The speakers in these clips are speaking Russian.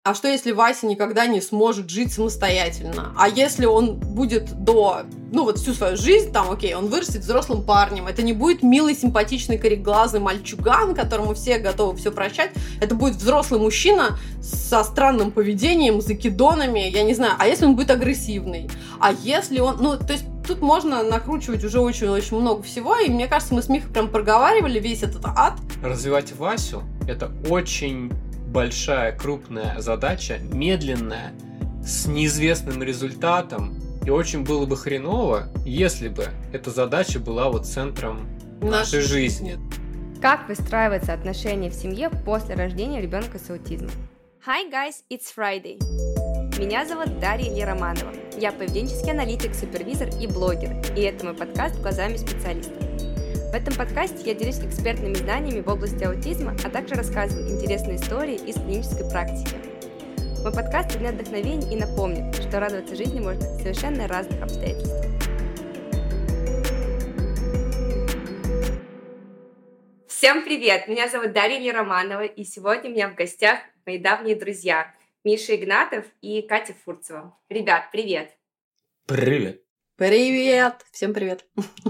А что, если Вася никогда не сможет жить самостоятельно? А если он будет всю свою жизнь, он вырастет взрослым парнем, это не будет милый, симпатичный, кореглазый мальчуган, которому все готовы все прощать, это будет взрослый мужчина со странным поведением, закидонами, я не знаю, а если он будет агрессивный? А если он, тут можно накручивать уже очень-очень много всего, и мне кажется, мы с Михой прям проговаривали весь этот ад. Развивать Васю – это очень большая, крупная задача, медленная, с неизвестным результатом, и очень было бы хреново, если бы эта задача была центром нашей жизни. Как выстраиваются отношения в семье после рождения ребенка с аутизмом? Hi guys, it's Friday! Меня зовут Дарья Романова. Я поведенческий аналитик, супервизор и блогер, и это мой подкаст «Глазами специалиста». В этом подкасте я делюсь экспертными знаниями в области аутизма, а также рассказываю интересные истории из клинической практики. Мой подкаст для вдохновения и напомнит, что радоваться жизни можно в совершенно разных обстоятельствах. Всем привет! Меня зовут Дарья Романова, и сегодня у меня в гостях мои давние друзья Миша Игнатов и Катя Фурцева. Ребят, привет! Привет! Привет! Всем привет!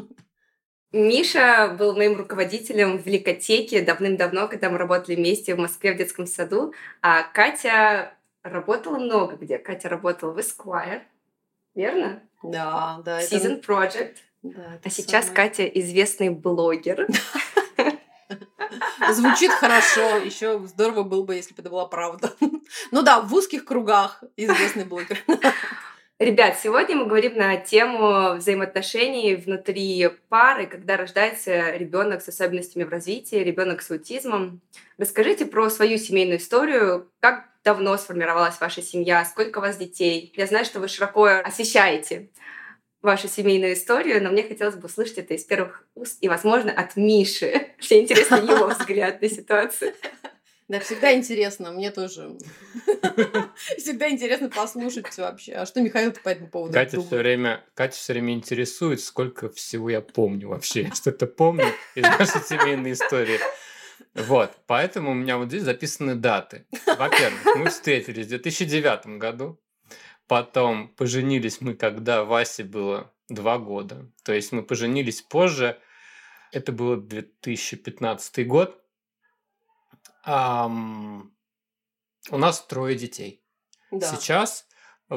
Миша был моим руководителем в Ликотеке давным-давно, когда мы работали вместе в Москве в детском саду, а Катя работала много где. Катя работала в Esquire, верно? Да. Season Project. Да, а сейчас самое. Катя известный блогер. Звучит хорошо. Еще здорово было бы, если бы это была правда. В узких кругах известный блогер. Ребят, сегодня мы говорим на тему взаимоотношений внутри пары, когда рождается ребенок с особенностями в развитии, ребенок с аутизмом. Расскажите про свою семейную историю. Как давно сформировалась ваша семья? Сколько у вас детей? Я знаю, что вы широко освещаете вашу семейную историю, но мне хотелось бы услышать это из первых уст и, возможно, от Миши. Мне интересно его взгляд на ситуацию. Да, всегда интересно, мне тоже. Всегда интересно послушать вообще. А что Михаил-то по этому поводу Катя думает? все время интересует, сколько всего я помню вообще. Я что-то помню из нашей семейной истории. Поэтому у меня здесь записаны даты. Во-первых, мы встретились в 2009 году. Потом поженились мы, когда Васе было 2 года. То есть мы поженились позже. Это был 2015 год. У нас 3 детей. Да. Сейчас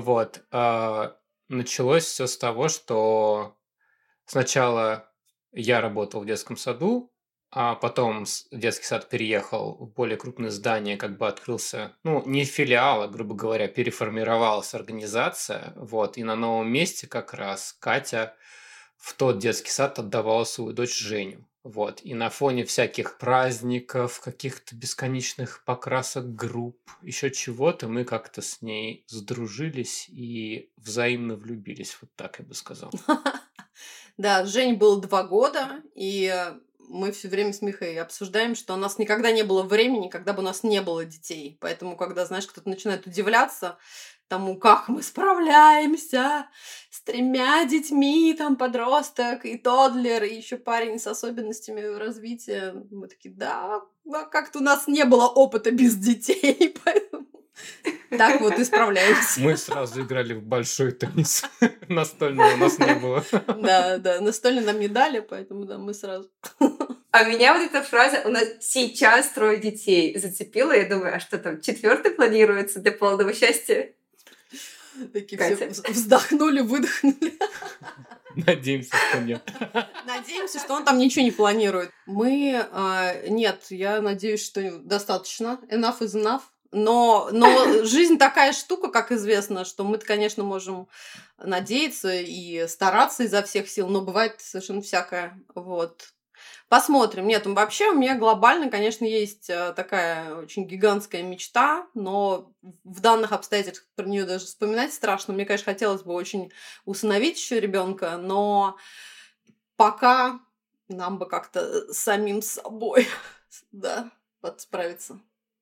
началось все с того, что сначала я работал в детском саду, а потом детский сад переехал в более крупное здание, открылся, не филиал, а, грубо говоря, переформировалась организация, и на новом месте как раз Катя в тот детский сад отдавала свою дочь Женю. И на фоне всяких праздников, каких-то бесконечных покрасок групп, еще чего-то, мы как-то с ней сдружились и взаимно влюбились. Вот так я бы сказал. Да, Жене было 2 года, и мы все время с Михой обсуждаем, что у нас никогда не было времени, когда бы у нас не было детей. Поэтому, когда, знаешь, кто-то начинает удивляться тому, как мы справляемся с 3 детьми, подросток и тоддлер, и еще парень с особенностями развития, мы такие, да, как-то у нас не было опыта без детей, поэтому так и справляемся. Мы сразу играли в большой теннис. Настольного у нас не было. Да, настольный нам не дали, поэтому да, мы сразу. А меня эта фраза «у нас сейчас 3 детей» зацепила. Я думаю, а что там, 4-й планируется для полного счастья? Такие все вздохнули, выдохнули. Надеемся, что нет. Надеемся, что он там ничего не планирует. Нет, я надеюсь, что достаточно. Enough is enough. Но жизнь такая штука, как известно, что мы-то, конечно, можем надеяться и стараться изо всех сил, но бывает совершенно всякое. Посмотрим. Нет, вообще у меня глобально, конечно, есть такая очень гигантская мечта, но в данных обстоятельствах про нее даже вспоминать страшно. Мне, конечно, хотелось бы очень усыновить еще ребенка, но пока нам бы как-то самим собой, да, справиться.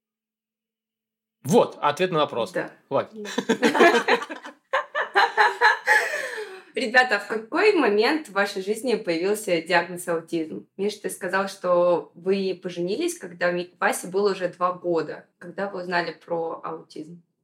Ответ на вопрос. Да. Хватит. Ребята, в какой момент в вашей жизни появился диагноз аутизм? Миша, ты сказал, что вы поженились, когда Васе было уже 2 года. Когда вы узнали про аутизм?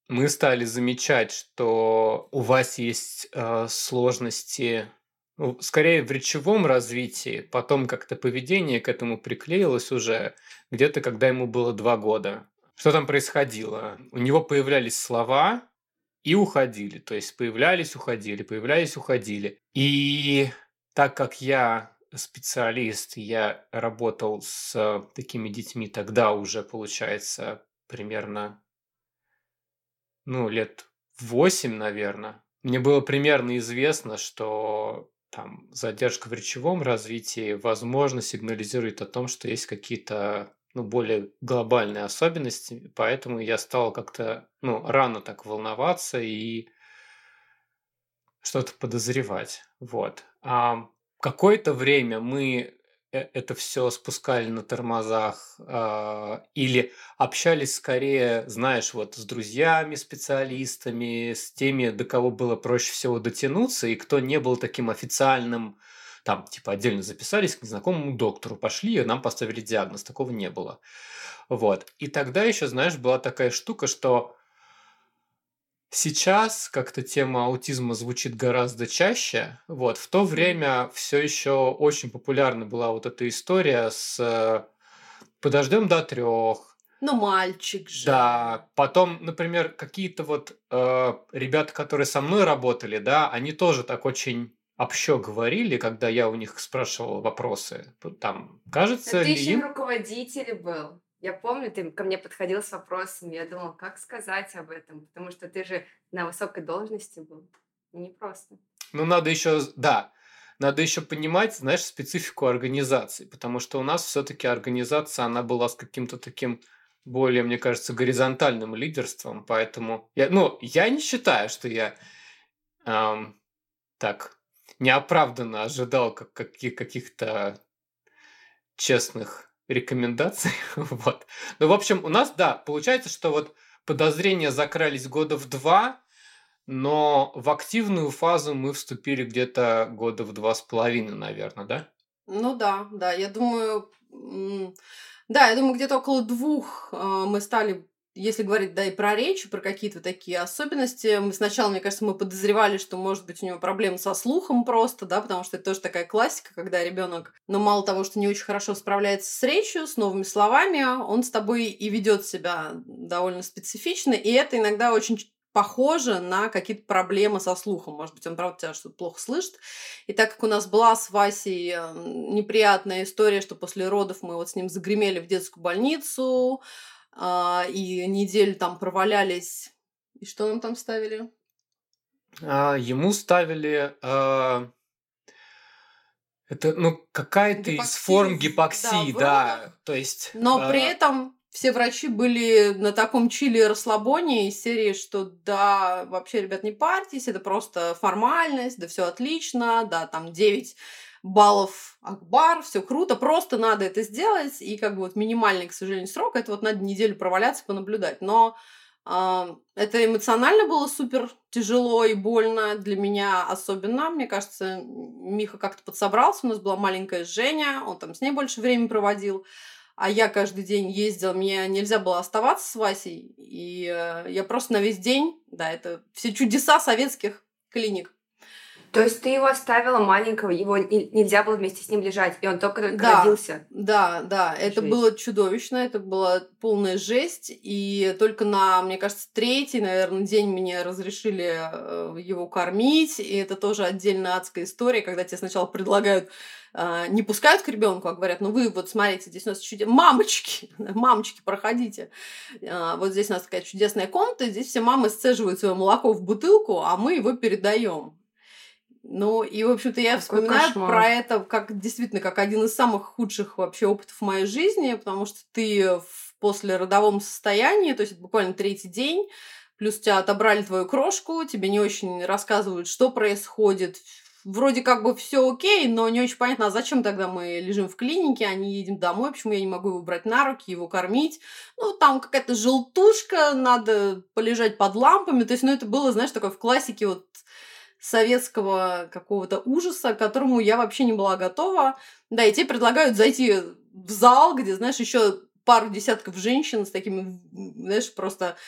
мы стали замечать, что у вас есть сложности, ну, скорее в речевом развитии, потом как-то поведение к этому приклеилось уже где-то, когда ему было 2 года. Что там происходило? У него появлялись слова и уходили. То есть появлялись, уходили, появлялись, уходили. И так как я специалист, я работал с такими детьми тогда уже, получается, примерно, ну, лет 8, наверное. Мне было примерно известно, что там задержка в речевом развитии, возможно, сигнализирует о том, что есть какие-то, ну, более глобальные особенности, поэтому я стал как-то, ну, рано так волноваться и что-то подозревать. Вот. Какое-то время мы это все спускали на тормозах или общались скорее, знаешь, вот с друзьями, специалистами, с теми, до кого было проще всего дотянуться, и кто не был таким официальным, там, типа, отдельно записались к незнакомому доктору, пошли, и нам поставили диагноз. Такого не было. Вот. И тогда еще, знаешь, была такая штука, что сейчас как-то тема аутизма звучит гораздо чаще. Вот. В то время все еще очень популярна была вот эта история с «подождем до 3». Ну, мальчик же. Да, потом, например, какие-то вот ребята, которые со мной работали, да, они тоже так очень общо говорили, когда я у них спрашивал вопросы. Там, кажется Ты ли еще им... руководитель был. Я помню, ты ко мне подходил с вопросами, я думала, как сказать об этом, потому что ты же на высокой должности был. Непросто. Ну, надо еще, да, надо еще понимать, знаешь, специфику организации, потому что у нас все-таки организация, она была с каким-то таким более, мне кажется, горизонтальным лидерством, поэтому я не считаю, что я так неоправданно ожидал каких-то честных рекомендаций. Вот. Ну, в общем, у нас, да, получается, что вот подозрения закрались года в 2, но в активную фазу мы вступили где-то года в 2,5, наверное, да? Ну да, я думаю, я думаю, где-то около 2 мы стали, если говорить, да, и про речь, и про какие-то такие особенности. Мы сначала, мне кажется, мы подозревали, что, может быть, у него проблемы со слухом просто, да, потому что это тоже такая классика, когда ребенок, ну, мало того, что не очень хорошо справляется с речью, с новыми словами, он с тобой и ведет себя довольно специфично, и это иногда очень похоже на какие-то проблемы со слухом. Может быть, он, правда, тебя что-то плохо слышит. И так как у нас была с Васей неприятная история, что после родов мы вот с ним загремели в детскую больницу, и неделю там провалялись. И что нам там ставили? Ему ставили... это, ну, какая-то из форм гипоксии, да. То есть... Но при этом все врачи были на таком чиле и расслабоне из серии, что да, вообще, ребят, не парьтесь, это просто формальность, да все отлично, да, там 9 баллов Акбар, все круто, просто надо это сделать, и как бы вот минимальный, к сожалению, срок, это вот надо неделю проваляться, понаблюдать. Но это эмоционально было супер тяжело и больно для меня особенно. Мне кажется, Миха как-то подсобрался, у нас была маленькая Женя, он там с ней больше времени проводил. А я каждый день ездила, мне нельзя было оставаться с Васей, и я просто на весь день, да, это все чудеса советских клиник. То есть ты его оставила маленького, его нельзя было вместе с ним лежать, и он только родился? Да, это было чудовищно, это была полная жесть, и только на, мне кажется, 3-й, наверное, день мне разрешили его кормить, и это тоже отдельная адская история, когда тебе сначала предлагают не пускают к ребенку, а говорят, ну вы вот смотрите, здесь у нас мамочки, проходите. Вот здесь у нас такая чудесная комната, здесь все мамы сцеживают свое молоко в бутылку, а мы его передаем. Ну, и, в общем-то, я вспоминаю про это как действительно как один из самых худших вообще опытов в моей жизни, потому что ты в послеродовом состоянии, то есть это буквально 3-й день, плюс тебя отобрали твою крошку, тебе не очень рассказывают, что происходит. Вроде как бы все окей, но не очень понятно, а зачем тогда мы лежим в клинике, а не едем домой, почему я не могу его брать на руки, его кормить. Ну, там какая-то желтушка, надо полежать под лампами. То есть, ну, это было, знаешь, такое в классике вот советского какого-то ужаса, к которому я вообще не была готова. Да, и тебе предлагают зайти в зал, где, знаешь, еще пару десятков женщин с такими, знаешь, просто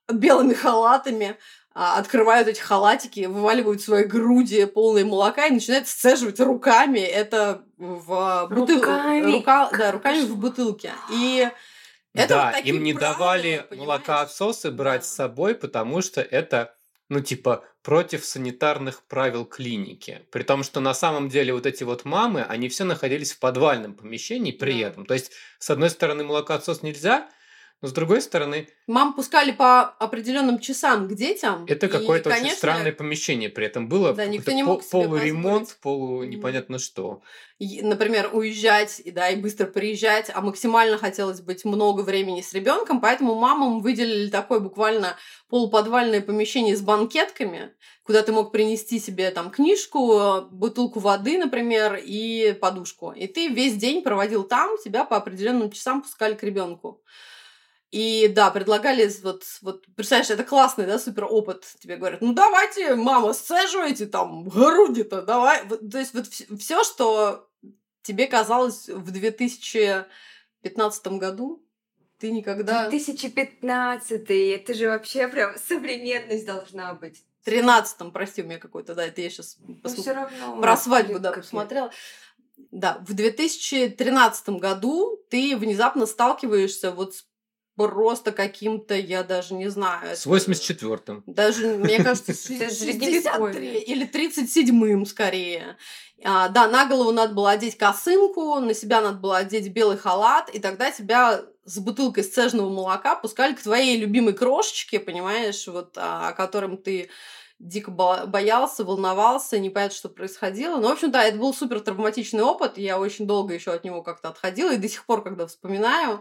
белыми халатами, открывают эти халатики, вываливают свои груди полные молока и начинают сцеживать руками это в Руками? руками в бутылке. И это Да, вот такие им не правила, давали понимаешь? молокоотсосы брать Да. с собой, потому что это, ну, типа, против санитарных правил клиники. При том, что на самом деле вот эти вот мамы, они все находились в подвальном помещении при Да. этом. То есть, с одной стороны, молокоотсос нельзя, но с другой стороны, Мам пускали по определенным часам к детям. это И, какое-то очень конечно, странное помещение при этом было. да, никто Какой-то не мог себе полуремонт, позволить. непонятно что. Например, уезжать, и быстро приезжать, а максимально хотелось быть много времени с ребенком, поэтому мамам выделили такое буквально полуподвальное помещение с банкетками, куда ты мог принести себе там книжку, бутылку воды, например, и подушку. И ты весь день проводил там, тебя по определенным часам пускали к ребенку. И да, предлагали, вот, представляешь, это классный, да, супер опыт. Тебе говорят, ну давайте, мама, сцеживайте там груди-то, давай. То есть вот все, что тебе казалось в 2015 году, ты никогда... 2015, это же вообще прям современность должна быть. В 13-м, прости, у меня какой-то, да, это я сейчас Все равно. про свадьбу, да, посмотрела. Да, в 2013 году ты внезапно сталкиваешься вот с просто каким-то, я даже не знаю. С 84-м. Даже, мне кажется, 63 или 37-м скорее. Да, на голову надо было одеть косынку, на себя надо было одеть белый халат, и тогда тебя с бутылкой сцеженного молока пускали к твоей любимой крошечке, понимаешь, вот, о котором ты дико боялся, волновался, не понятно, что происходило. Но, в общем, да, это был супер травматичный опыт, я очень долго еще от него как-то отходила, и до сих пор, когда вспоминаю,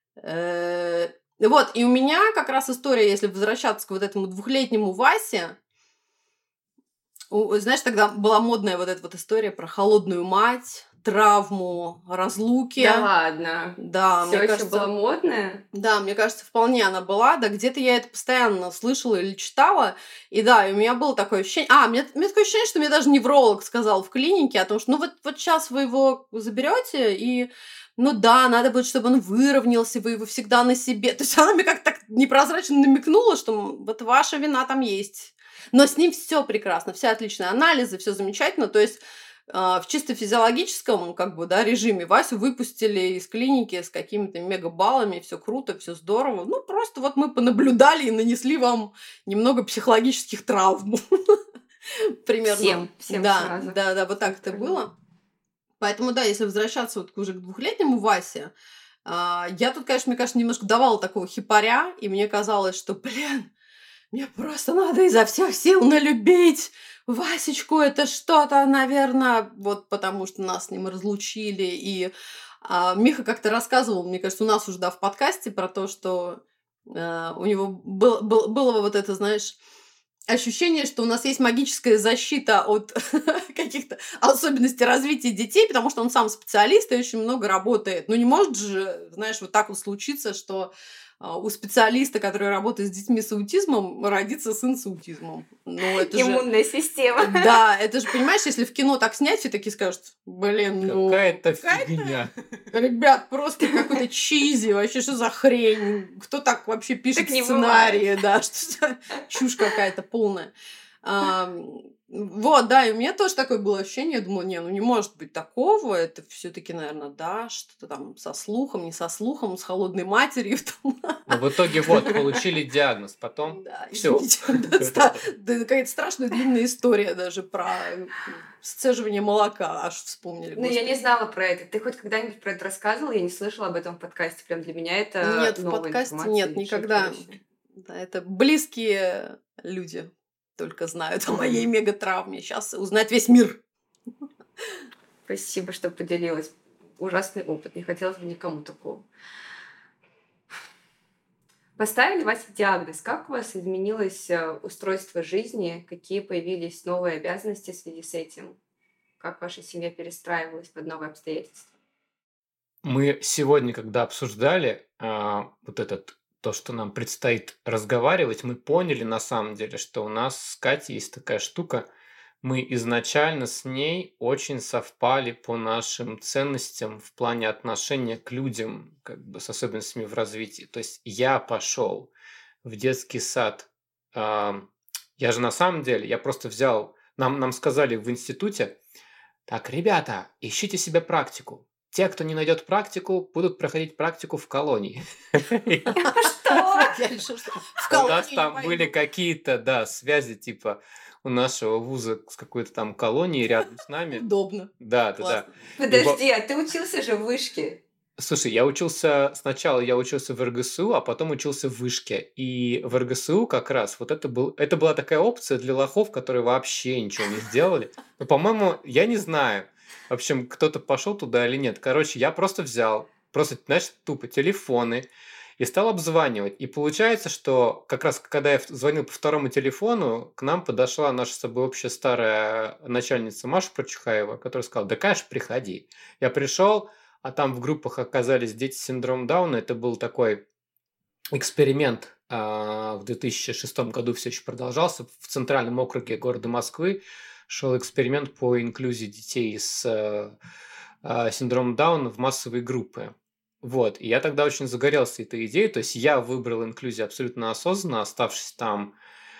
вот, и у меня как раз история, если возвращаться к вот этому 2-летнему Васе, знаешь, тогда была модная вот эта вот история про холодную мать, травму, разлуки. Да ладно? Да, Все еще была модная? Да, мне кажется, вполне она была, да, где-то я это постоянно слышала или читала, и да, и у меня было такое ощущение, у меня такое ощущение, что мне даже невролог сказал в клинике о том, что, ну вот сейчас вы его заберете и ну да, надо будет, чтобы он выровнялся, вы его всегда на себе. То есть она мне как-то так непрозрачно намекнула, что вот ваша вина там есть. Но с ним все прекрасно, все отличные анализы, все замечательно. То есть в чисто физиологическом как бы, да, режиме Васю выпустили из клиники с какими-то мегабаллами, все круто, все здорово. Ну, просто вот мы понаблюдали и нанесли вам немного психологических травм. Примерно. Всем да, сразу. Да, вот так это было. Поэтому, да, если возвращаться вот уже к 2-летнему Васе, я тут, конечно, мне кажется, немножко давала такого хипаря, и мне казалось, что, блин, мне просто надо изо всех сил налюбить Васечку, это что-то, наверное, вот потому что нас с ним разлучили, и Миха как-то рассказывал, мне кажется, у нас уже, да, в подкасте про то, что у него было вот это, знаешь, ощущение, что у нас есть магическая защита от каких-то особенностей развития детей, потому что он сам специалист и очень много работает. Ну, не может же, знаешь, вот так вот случиться, что у специалиста, который работает с детьми с аутизмом, родится сын с аутизмом. Ну, это иммунная система. Да, это же, понимаешь, если в кино так снять, все такие скажут, блин, ну... Какая-то фигня. Ребят, просто какой-то чизи, вообще, что за хрень? Кто так вообще пишет сценарии? Да, что чушь какая-то полная. Вот, да, и у меня тоже такое было ощущение, я думала, не может быть такого, это все-таки, наверное, да, что-то там со слухом, не со слухом, с холодной матерью. Но в итоге вот, получили диагноз, потом все. Какая-то страшная длинная история даже про сцеживание молока, аж вспомнили. Ну, я не знала про это. Ты хоть когда-нибудь про это рассказывала? Я не слышала об этом в подкасте. Прям для меня это нет, в подкасте нет, никогда. Да, это близкие люди только знают о моей мегатравме. Сейчас узнает весь мир. Спасибо, что поделилась. Ужасный опыт. Не хотелось бы никому такого. Поставили Васе диагноз. Как у вас изменилось устройство жизни? Какие появились новые обязанности в связи с этим? Как ваша семья перестраивалась под новые обстоятельства? Мы сегодня, когда обсуждали то, что нам предстоит разговаривать, мы поняли на самом деле, что у нас с Катей есть такая штука. Мы изначально с ней очень совпали по нашим ценностям в плане отношения к людям, как бы с особенностями в развитии. То есть я пошел в детский сад. Я же на самом деле, я просто взял... Нам сказали в институте, так, ребята, ищите себе практику. Те, кто не найдет практику, будут проходить практику в колонии. Что? Я решила, что в У нас колонию не там пойду. были какие-то, да, связи, типа, у нашего вуза с какой-то там колонией рядом с нами. Удобно. Да. Классно. Подожди, а ты учился же в вышке. Слушай, сначала я учился в РГСУ, а потом учился в вышке. И в РГСУ как раз вот это была такая опция для лохов, которые вообще ничего не сделали. Но, по-моему, я не знаю, в общем, кто-то пошел туда или нет. Короче, я просто взял, знаешь, тупо телефоны и стал обзванивать. И получается, что как раз когда я звонил по второму телефону, к нам подошла наша с собой общая старая начальница Маша Прочухаева, которая сказала, да, конечно, приходи. Я пришел, а там в группах оказались дети с синдромом Дауна. Это был такой эксперимент. В 2006 году все еще продолжался. В центральном округе города Москвы шел эксперимент по инклюзии детей с синдромом Дауна в массовые группы. Вот. И я тогда очень загорелся этой идеей. То есть я выбрал инклюзию абсолютно осознанно, оставшись там.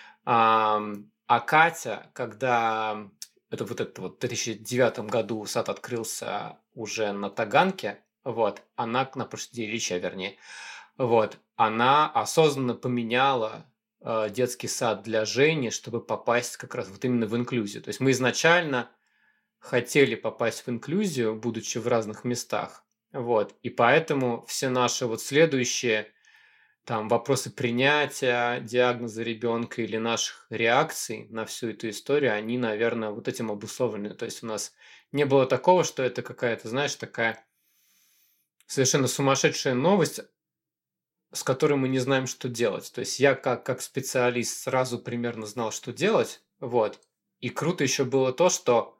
А Катя, когда... Это в 2009 году сад открылся уже на Таганке, вот, она, на площади Ильича, вернее, вот, она осознанно поменяла детский сад для Жени, чтобы попасть как раз вот именно в инклюзию. То есть мы изначально хотели попасть в инклюзию, будучи в разных местах, вот, и поэтому все наши вот следующие там вопросы принятия диагноза ребенка или наших реакций на всю эту историю, они, наверное, вот этим обусловлены. То есть у нас не было такого, что это какая-то, знаешь, такая совершенно сумасшедшая новость, с которой мы не знаем, что делать. То есть я как специалист сразу примерно знал, что делать. Вот. И круто еще было то, что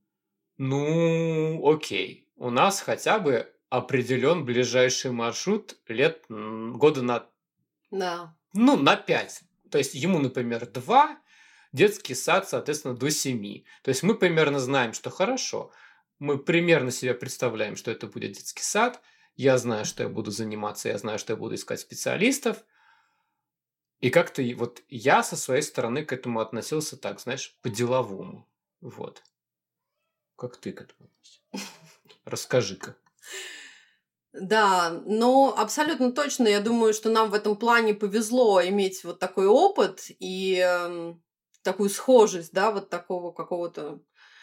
окей, у нас хотя бы определен ближайший маршрут года на 5. То есть ему, например, 2, детский сад, соответственно, до 7. То есть мы примерно знаем, что хорошо. Мы примерно себе представляем, что это будет детский сад. Я знаю, что я буду заниматься, я знаю, что я буду искать специалистов. И как-то вот я со своей стороны к этому относился так, знаешь, по-деловому. Вот. Как ты к этому относишься? Расскажи-ка. Да, абсолютно точно. Я думаю, что нам в этом плане повезло иметь вот такой опыт и такую схожесть, да, вот такого какого-то,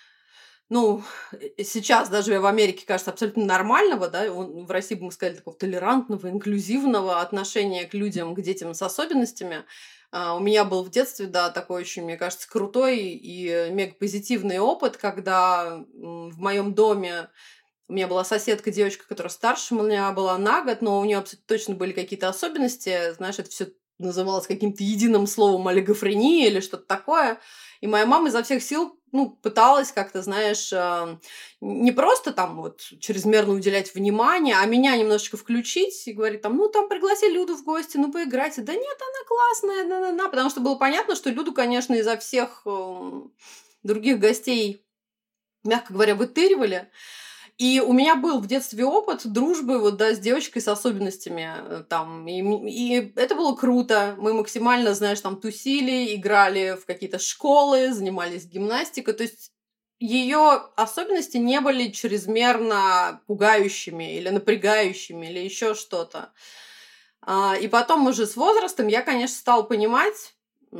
сейчас даже в Америке кажется абсолютно нормального, да, в России бы мы сказали такого толерантного, инклюзивного отношения к людям, к детям с особенностями. У меня был в детстве, да, такой очень, мне кажется, крутой и мега позитивный опыт, когда в моем доме у меня была соседка, девочка, которая старше меня была на год, но у нее абсолютно точно были какие-то особенности. Знаешь, это все называлось каким-то единым словом олигофрения или что-то такое. И моя мама изо всех сил, пыталась как-то, знаешь, не просто там вот чрезмерно уделять внимание, а меня немножечко включить и говорить там, пригласи Люду в гости, поиграйте. Да нет, она классная, потому что было понятно, что Люду, конечно, изо всех других гостей, мягко говоря, вытыривали. И у меня был в детстве опыт дружбы с девочкой с особенностями там. И это было круто. Мы максимально, знаешь, там тусили, играли в какие-то школы, занимались гимнастикой. То есть ее особенности не были чрезмерно пугающими или напрягающими или еще что-то. И потом уже с возрастом я, конечно, стала понимать,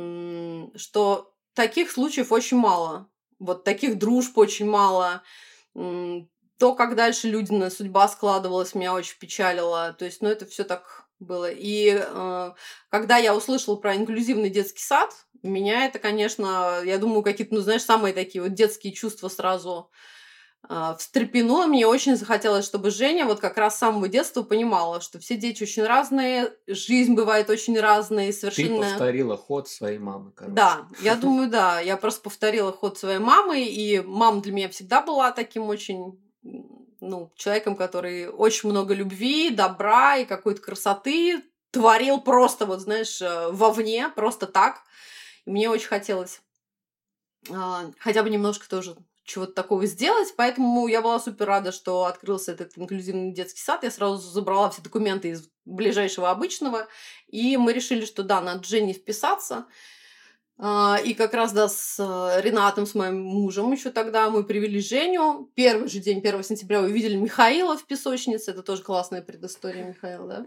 что таких случаев очень мало. Вот таких дружб очень мало. То, как дальше Людина судьба складывалась, меня очень печалило. То есть, это все так было. И когда я услышала про инклюзивный детский сад, меня это, конечно, я думаю, какие-то, самые такие вот детские чувства сразу встрепенуло. Мне очень захотелось, чтобы Женя вот как раз с самого детства понимала, что все дети очень разные, жизнь бывает очень разная, совершенно... Ты повторила ход своей мамы, короче. Да, я думаю, да. Я просто повторила ход своей мамы, и мама для меня всегда была таким очень... человеком, который очень много любви, добра и какой-то красоты творил просто, вовне, просто так. И мне очень хотелось хотя бы немножко тоже чего-то такого сделать, поэтому я была супер рада, что открылся этот инклюзивный детский сад. Я сразу забрала все документы из ближайшего обычного, и мы решили, что да, надо Жене вписаться. И как раз, да, с Ренатом, с моим мужем еще тогда мы привели Женю. Первый же день, 1 сентября, увидели Михаила в песочнице. Это тоже классная предыстория Михаила, да?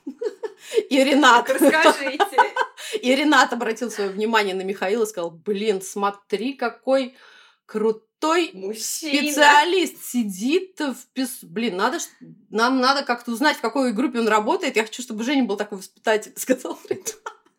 И Ренат. Расскажите. И Ренат обратил свое внимание на Михаила и сказал: блин, смотри, какой крутой специалист сидит Блин, нам надо как-то узнать, в какой группе он работает. Я хочу, чтобы Женя был такой воспитатель, сказал Ренат.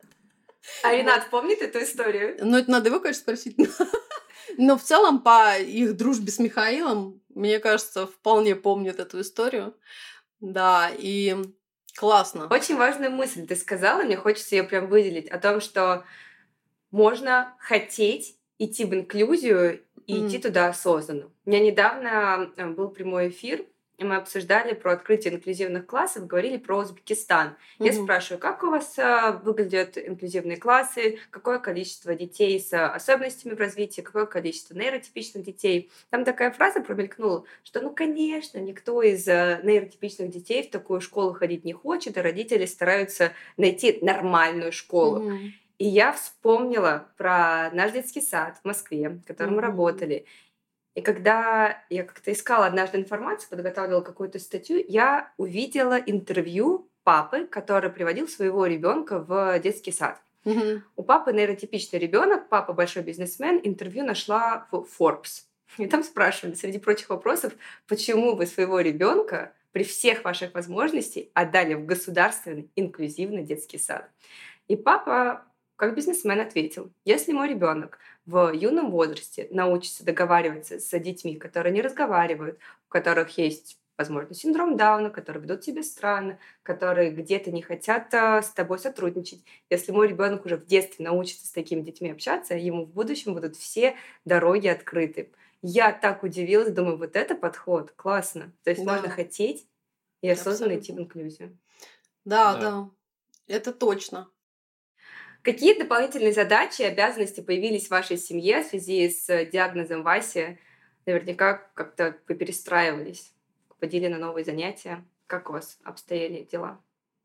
А Ренат помнит эту историю? Ну, это надо его, конечно, спросить. Но в целом, по их дружбе с Михаилом, мне кажется, вполне помнит эту историю. Да, и классно. Очень важную мысль ты сказала, мне хочется ее прям выделить, о том, что можно хотеть идти в инклюзию и идти туда осознанно. У меня недавно был прямой эфир, и мы обсуждали про открытие инклюзивных классов, говорили про Узбекистан. Я спрашиваю, как у вас выглядят инклюзивные классы, какое количество детей с особенностями в развитии, какое количество нейротипичных детей. Там такая фраза промелькнула, что, ну, конечно, никто из нейротипичных детей в такую школу ходить не хочет, и родители стараются найти нормальную школу. И я вспомнила про наш детский сад в Москве, в котором мы работали. И когда я как-то искала однажды информацию, подготавливала какую-то статью, я увидела интервью папы, который приводил своего ребенка в детский сад. У папы нейротипичный ребенок, папа большой бизнесмен, интервью нашла в Forbes. И там спрашивали, среди прочих вопросов, почему вы своего ребенка при всех ваших возможностях отдали в государственный инклюзивный детский сад. И папа, как бизнесмен, ответил: если мой ребенок в юном возрасте научится договариваться с детьми, которые не разговаривают, у которых есть, возможно, синдром Дауна, которые ведут себя странно, которые где-то не хотят с тобой сотрудничать. Если мой ребенок уже в детстве научится с такими детьми общаться, ему в будущем будут все дороги открыты. Я так удивилась, думаю, вот это подход, классно. То есть можно хотеть и осознанно идти в инклюзию. Да, это точно. Какие дополнительные задачи и обязанности появились в вашей семье в связи с диагнозом Васи? Наверняка как-то вы перестраивались, ходили на новые занятия. Как у вас обстояли дела?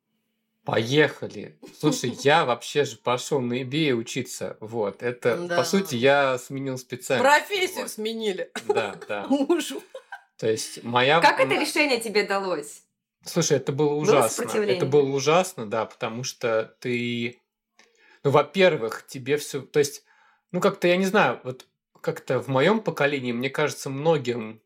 Поехали. Слушай, я вообще же пошел на MBA учиться. Вот, это, по сути, я сменил специальность. Профессию сменили. Да. Мужу. То есть моя... Как это решение тебе далось? Слушай, это было ужасно. Это было ужасно, да, потому что ты... Ну, во-первых, тебе все... То есть, ну, как-то, я не знаю, вот как-то в моем поколении, мне кажется, многим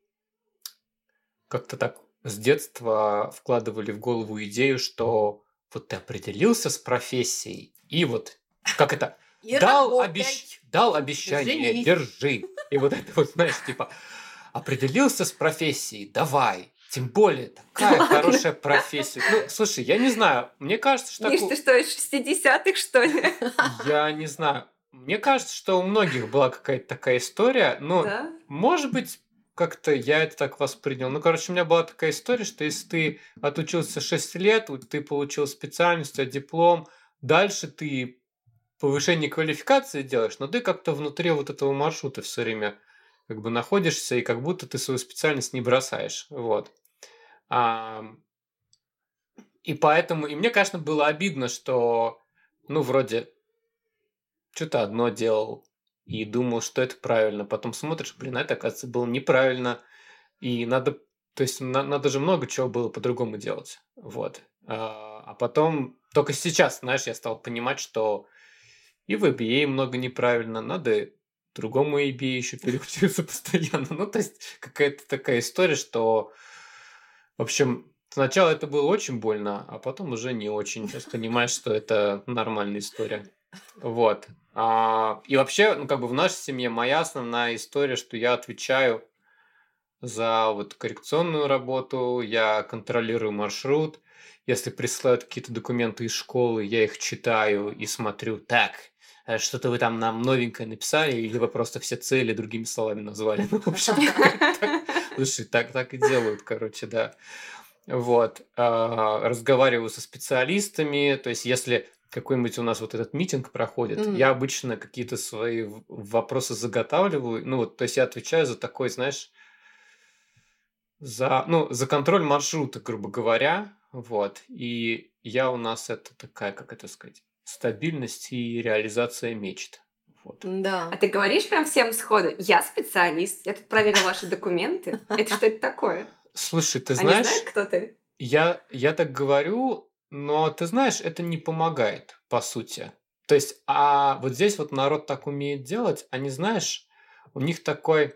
как-то так с детства вкладывали в голову идею, что вот ты определился с профессией, и вот, как это, дал обещание, держи. И вот это вот, знаешь, типа, определился с профессией, давай. Тем более, такая хорошая профессия. Ну, слушай, я не знаю, мне кажется, что... Миш, ты что, из 60-х, что ли? Я не знаю. Мне кажется, что у многих была какая-то такая история, но, может быть, как-то я это так воспринял. Ну, короче, у меня была такая история, что если ты отучился 6 лет, ты получил специальность, диплом, дальше ты повышение квалификации делаешь, но ты как-то внутри вот этого маршрута все время как бы находишься, и как будто ты свою специальность не бросаешь. Вот. И поэтому... И мне, конечно, было обидно, что, ну, вроде, что-то одно делал и думал, что это правильно. Потом смотришь, блин, это, оказывается, было неправильно. И надо... То есть, надо же много чего было по-другому делать. Вот. А потом... Только сейчас, знаешь, я стал понимать, что и в MBA много неправильно, надо другому MBA еще переучиться постоянно. Ну, то есть, какая-то такая история, что... В общем, сначала это было очень больно, а потом уже не очень. Сейчас понимаешь, что это нормальная история. Вот. И вообще, ну, как бы в нашей семье моя основная история, что я отвечаю за вот коррекционную работу, я контролирую маршрут. Если присылают какие-то документы из школы, я их читаю и смотрю, так, что-то вы там нам новенькое написали, или вы просто все цели другими словами назвали. Ну, в общем, слушай, так и делают, короче, да. Вот. Разговариваю со специалистами, то есть если какой-нибудь у нас вот этот митинг проходит, я обычно какие-то свои вопросы заготавливаю. Ну, вот, то есть я отвечаю за такой, знаешь, за контроль маршрута, грубо говоря. Вот. И я у нас это такая, как это сказать, стабильность и реализация мечт. Вот. Да. А ты говоришь прям всем сходу: я специалист, я тут проверил ваши документы. Это что это такое? Слушай, ты Они знаешь, знают, кто ты? я так говорю, но ты знаешь, это не помогает, по сути. То есть, а вот здесь вот народ так умеет делать, они, знаешь, у них такой,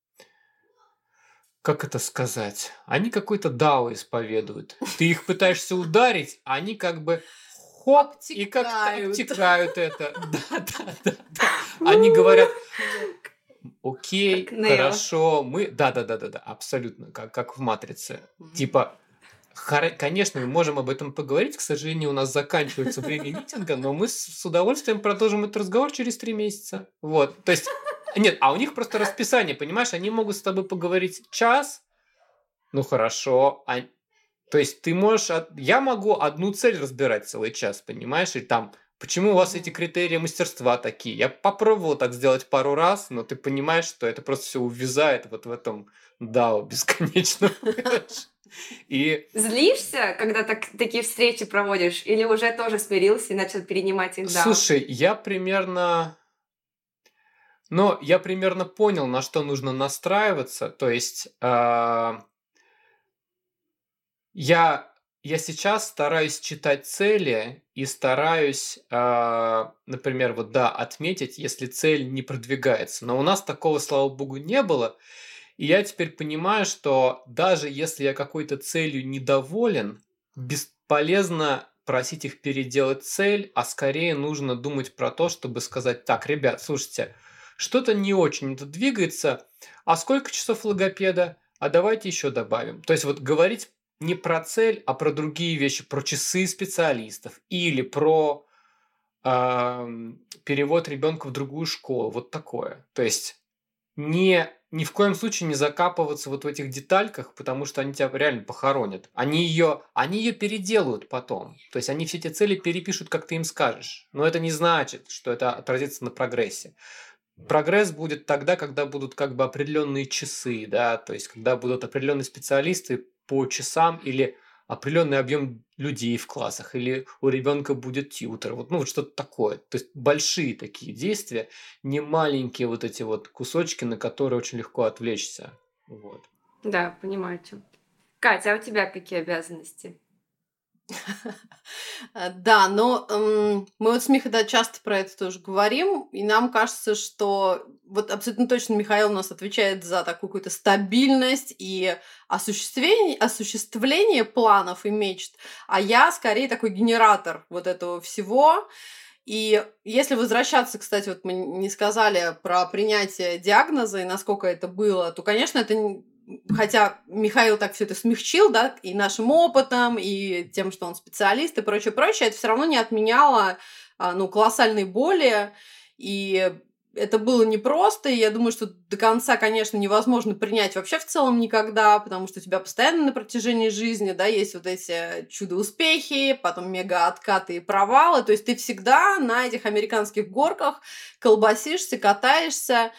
как это сказать, они какой-то дао исповедуют. Ты их пытаешься ударить, а они как бы хоп, и как-то обтекают это. Да. Они говорят, окей, Как Нео. хорошо, мы... Да, абсолютно, как в «Матрице». Типа, конечно, мы можем об этом поговорить, к сожалению, у нас заканчивается время митинга, но мы с удовольствием продолжим этот разговор через 3 месяца. Вот, то есть... Нет, а у них просто расписание, понимаешь? Они могут с тобой поговорить час, ну хорошо, то есть ты можешь... Я могу одну цель разбирать целый час, понимаешь? И там, почему у вас эти критерии мастерства такие? Я попробовал так сделать пару раз, но ты понимаешь, что это просто все увязает вот в этом дао бесконечно. И... Злишься, когда такие встречи проводишь? Или уже тоже смирился и начал перенимать их дао? Слушай, я примерно понял, на что нужно настраиваться. То есть я сейчас стараюсь читать цели и стараюсь, например, вот да, отметить, если цель не продвигается. Но у нас такого, слава богу, не было. И я теперь понимаю, что даже если я какой-то целью недоволен, бесполезно просить их переделать цель, а скорее нужно думать про то, чтобы сказать: так, ребят, слушайте, что-то не очень это двигается, а сколько часов логопеда? А давайте еще добавим. То есть вот говорить не про цель, а про другие вещи, про часы специалистов или про перевод ребенка в другую школу, вот такое. То есть ни в коем случае не закапываться вот в этих детальках, потому что они тебя реально похоронят. Они ее переделают потом. То есть они все эти цели перепишут, как ты им скажешь. Но это не значит, что это отразится на прогрессе. Прогресс будет тогда, когда будут как бы определенные часы, да, то есть когда будут определенные специалисты по часам или определенный объем людей в классах, или у ребенка будет тьютер, вот что-то такое. То есть большие такие действия, не маленькие вот эти вот кусочки, на которые очень легко отвлечься. Вот. Да, понимаю, о чем. Катя, а у тебя какие обязанности? Да, но мы вот с Михой часто про это тоже говорим, и нам кажется, что вот абсолютно точно Михаил у нас отвечает за такую какую-то стабильность и осуществление планов и мечт, а я скорее такой генератор вот этого всего. И если возвращаться, кстати, вот мы не сказали про принятие диагноза и насколько это было, то, конечно, это... Хотя Михаил так все это смягчил, да, и нашим опытом, и тем, что он специалист, и прочее, это все равно не отменяло, колоссальной боли, и это было непросто, и я думаю, что до конца, конечно, невозможно принять вообще в целом никогда, потому что у тебя постоянно на протяжении жизни, да, есть вот эти чудо-успехи, потом мега-откаты и провалы, то есть ты всегда на этих американских горках колбасишься, катаешься,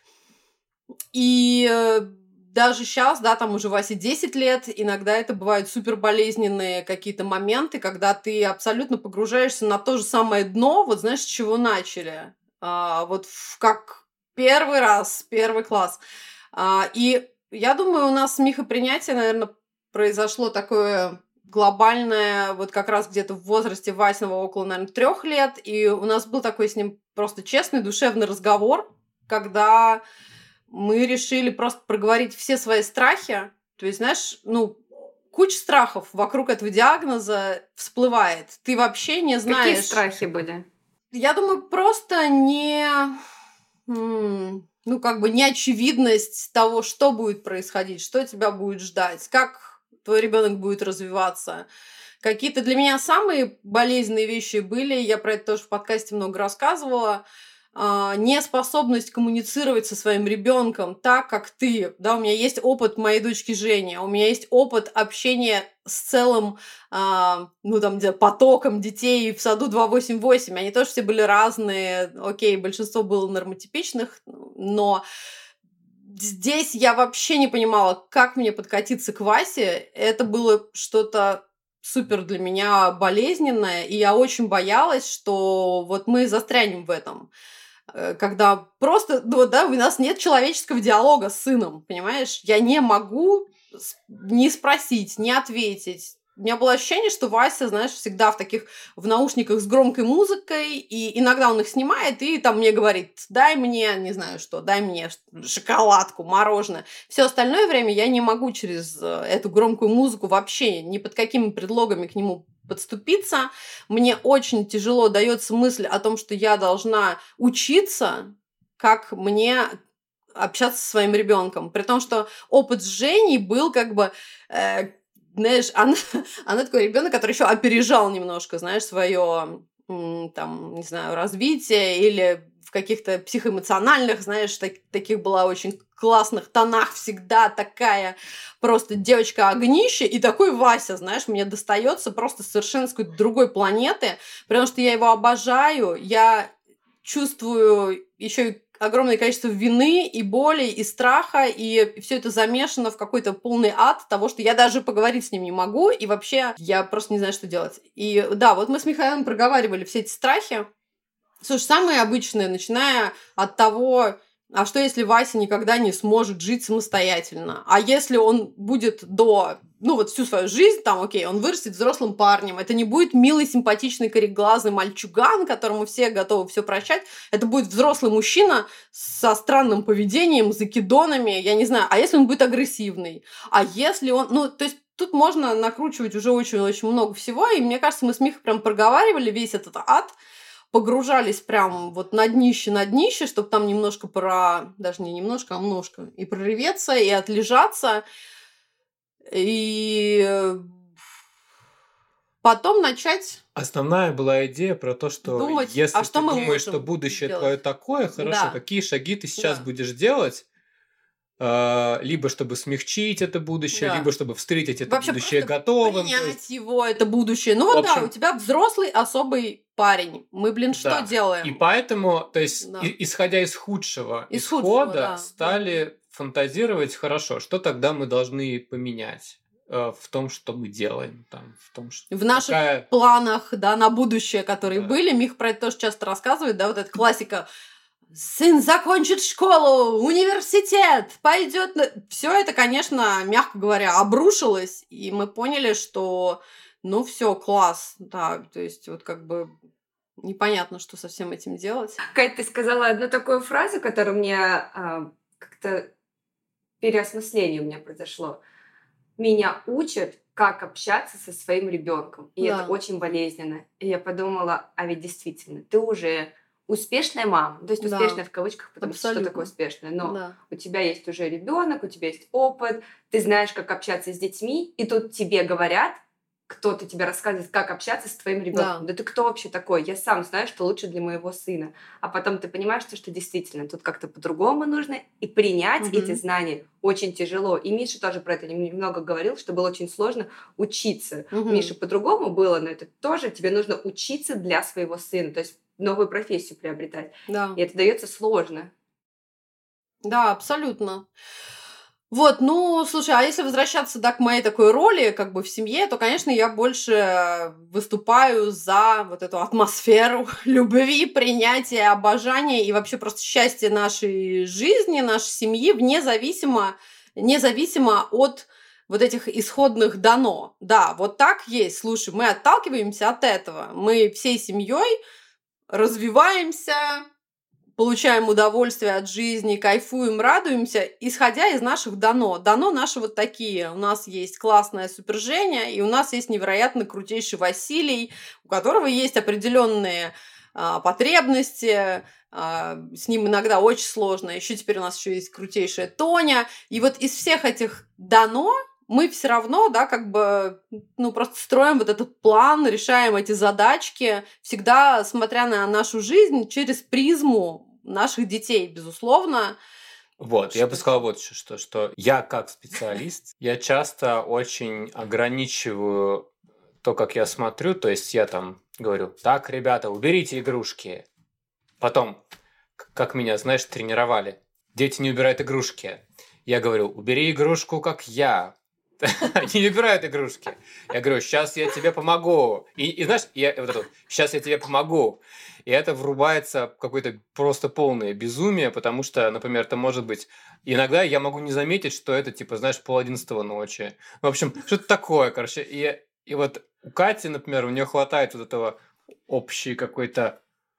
и... Даже сейчас, да, там уже Васе 10 лет, иногда это бывают суперболезненные какие-то моменты, когда ты абсолютно погружаешься на то же самое дно, вот знаешь, с чего начали. Как первый класс. И я думаю, у нас с Михой принятие, наверное, произошло такое глобальное, вот как раз где-то в возрасте Васиного около, наверное, 3 лет, и у нас был такой с ним просто честный, душевный разговор, когда... Мы решили просто проговорить все свои страхи. То есть, знаешь, куча страхов вокруг этого диагноза всплывает. Ты вообще не знаешь... Какие страхи были? Я думаю, просто неочевидность того, что будет происходить, что тебя будет ждать, как твой ребенок будет развиваться. Какие-то для меня самые болезненные вещи были, я про это тоже в подкасте много рассказывала. неспособность коммуницировать со своим ребенком так, как ты. Да, у меня есть опыт моей дочки Жени, у меня есть опыт общения с целым потоком детей в саду 288. Они тоже все были разные. Окей, большинство было нормотипичных, но здесь я вообще не понимала, как мне подкатиться к Васе. Это было что-то супер для меня болезненное, и я очень боялась, что вот мы застрянем в этом. Когда просто, у нас нет человеческого диалога с сыном, понимаешь? Я не могу не спросить, не ответить. У меня было ощущение, что Вася, знаешь, всегда в наушниках с громкой музыкой, и иногда он их снимает и там мне говорит: дай мне, не знаю что, дай мне шоколадку, мороженое. Все остальное время я не могу через эту громкую музыку вообще ни под какими предлогами к нему подступиться. Мне очень тяжело дается мысль о том, что я должна учиться, как мне общаться со своим ребенком. При том, что опыт с Женей был знаешь, она такой ребенок, который еще опережал немножко, знаешь, свое не знаю, развитие или в каких-то психоэмоциональных, знаешь, таких была очень классных тонах всегда такая просто девочка-огнище, и такой Вася, знаешь, мне достается просто совершенно с какой-то другой планеты, потому что я его обожаю, я чувствую еще и огромное количество вины и боли, и страха, и все это замешано в какой-то полный ад того, что я даже поговорить с ним не могу, и вообще я просто не знаю, что делать. И да, вот мы с Михаилом проговаривали все эти страхи. Слушай, самые обычные, начиная от того, а что если Вася никогда не сможет жить самостоятельно? А если он будет всю свою жизнь, он вырастет взрослым парнем, это не будет милый, симпатичный, кореглазый мальчуган, которому все готовы все прощать, это будет взрослый мужчина со странным поведением, закидонами, я не знаю, а если он будет агрессивный? А если он, то есть тут можно накручивать уже очень-очень много всего, и мне кажется, мы с Михой прям проговаривали весь этот ад, погружались прям вот на днище, чтобы там немножко даже не немножко, а множко, и прореветься, и отлежаться, и потом начать... Основная была идея про то, что думать, если что ты мы думаешь, что можем будущее сделать. твое такое, хорошо, Да. какие шаги ты сейчас Да. будешь делать, либо чтобы смягчить это будущее, Да. либо чтобы встретить это Вообще будущее просто готовым. принять его, это будущее. В общем, у тебя взрослый особый парень. Мы, что да. делаем? И поэтому, то есть, Да. исходя из худшего Из исхода, худшего, да. стали фантазировать, хорошо, что тогда мы должны поменять в том, что мы делаем, в том, что в наших планах, да, на будущее, которые были. Мих про это тоже часто рассказывает, да, вот эта классика. Сын закончит школу, университет, пойдет. Все это, конечно, мягко говоря, обрушилось, и мы поняли, что, все, класс, да, то есть вот непонятно, что со всем этим делать. Кать, ты сказала одну такую фразу, которая у меня как-то переосмысление у меня произошло. Меня учат, как общаться со своим ребенком, и это очень болезненно. И я подумала, а ведь действительно, ты уже успешная мама, то есть успешная в кавычках, потому что такое успешное, но у тебя есть уже ребенок, у тебя есть опыт, ты знаешь, как общаться с детьми, и тут тебе говорят, кто-то тебе рассказывает, как общаться с твоим ребенком. Да ты кто вообще такой? Я сам знаю, что лучше для моего сына. А потом ты понимаешь, что действительно тут как-то по-другому нужно, и принять эти знания очень тяжело. И Миша тоже про это немного говорил, что было очень сложно учиться. Мише по-другому было, но это тоже тебе нужно учиться для своего сына, то есть новую профессию приобретать. Да. И это дается сложно. Да, абсолютно. Вот, слушай, а если возвращаться, к моей такой роли, в семье, то, конечно, я больше выступаю за вот эту атмосферу любви, принятия, обожания и вообще просто счастья нашей жизни, нашей семьи, независимо от вот этих исходных дано. Да, вот так есть. Слушай, мы отталкиваемся от этого. Мы всей семьей развиваемся, получаем удовольствие от жизни, кайфуем, радуемся, исходя из наших дано. Дано наши вот такие. У нас есть классная Супер Женя, и у нас есть невероятно крутейший Василий, у которого есть определенные потребности, с ним иногда очень сложно. Еще теперь у нас еще есть крутейшая Тоня. И вот из всех этих дано мы все равно, да, как бы, ну, просто строим вот этот план, решаем эти задачки, всегда смотря на нашу жизнь через призму наших детей, безусловно. Вот, я бы сказал вот что я как специалист, я часто очень ограничиваю то, как я смотрю, то есть я там говорю, так, ребята, уберите игрушки. Потом, как меня, знаешь, тренировали, дети не убирают игрушки. Я говорю, убери игрушку, как я. Они не убирают игрушки. Я говорю, сейчас я тебе помогу. И знаешь, сейчас я тебе помогу. И это врубается в какое-то просто полное безумие, потому что, например, это может быть... Иногда я могу не заметить, что это, типа, знаешь, 10:30 ночи. В общем, что-то такое, короче. И вот у Кати, например, у нее хватает вот этого общей какой-то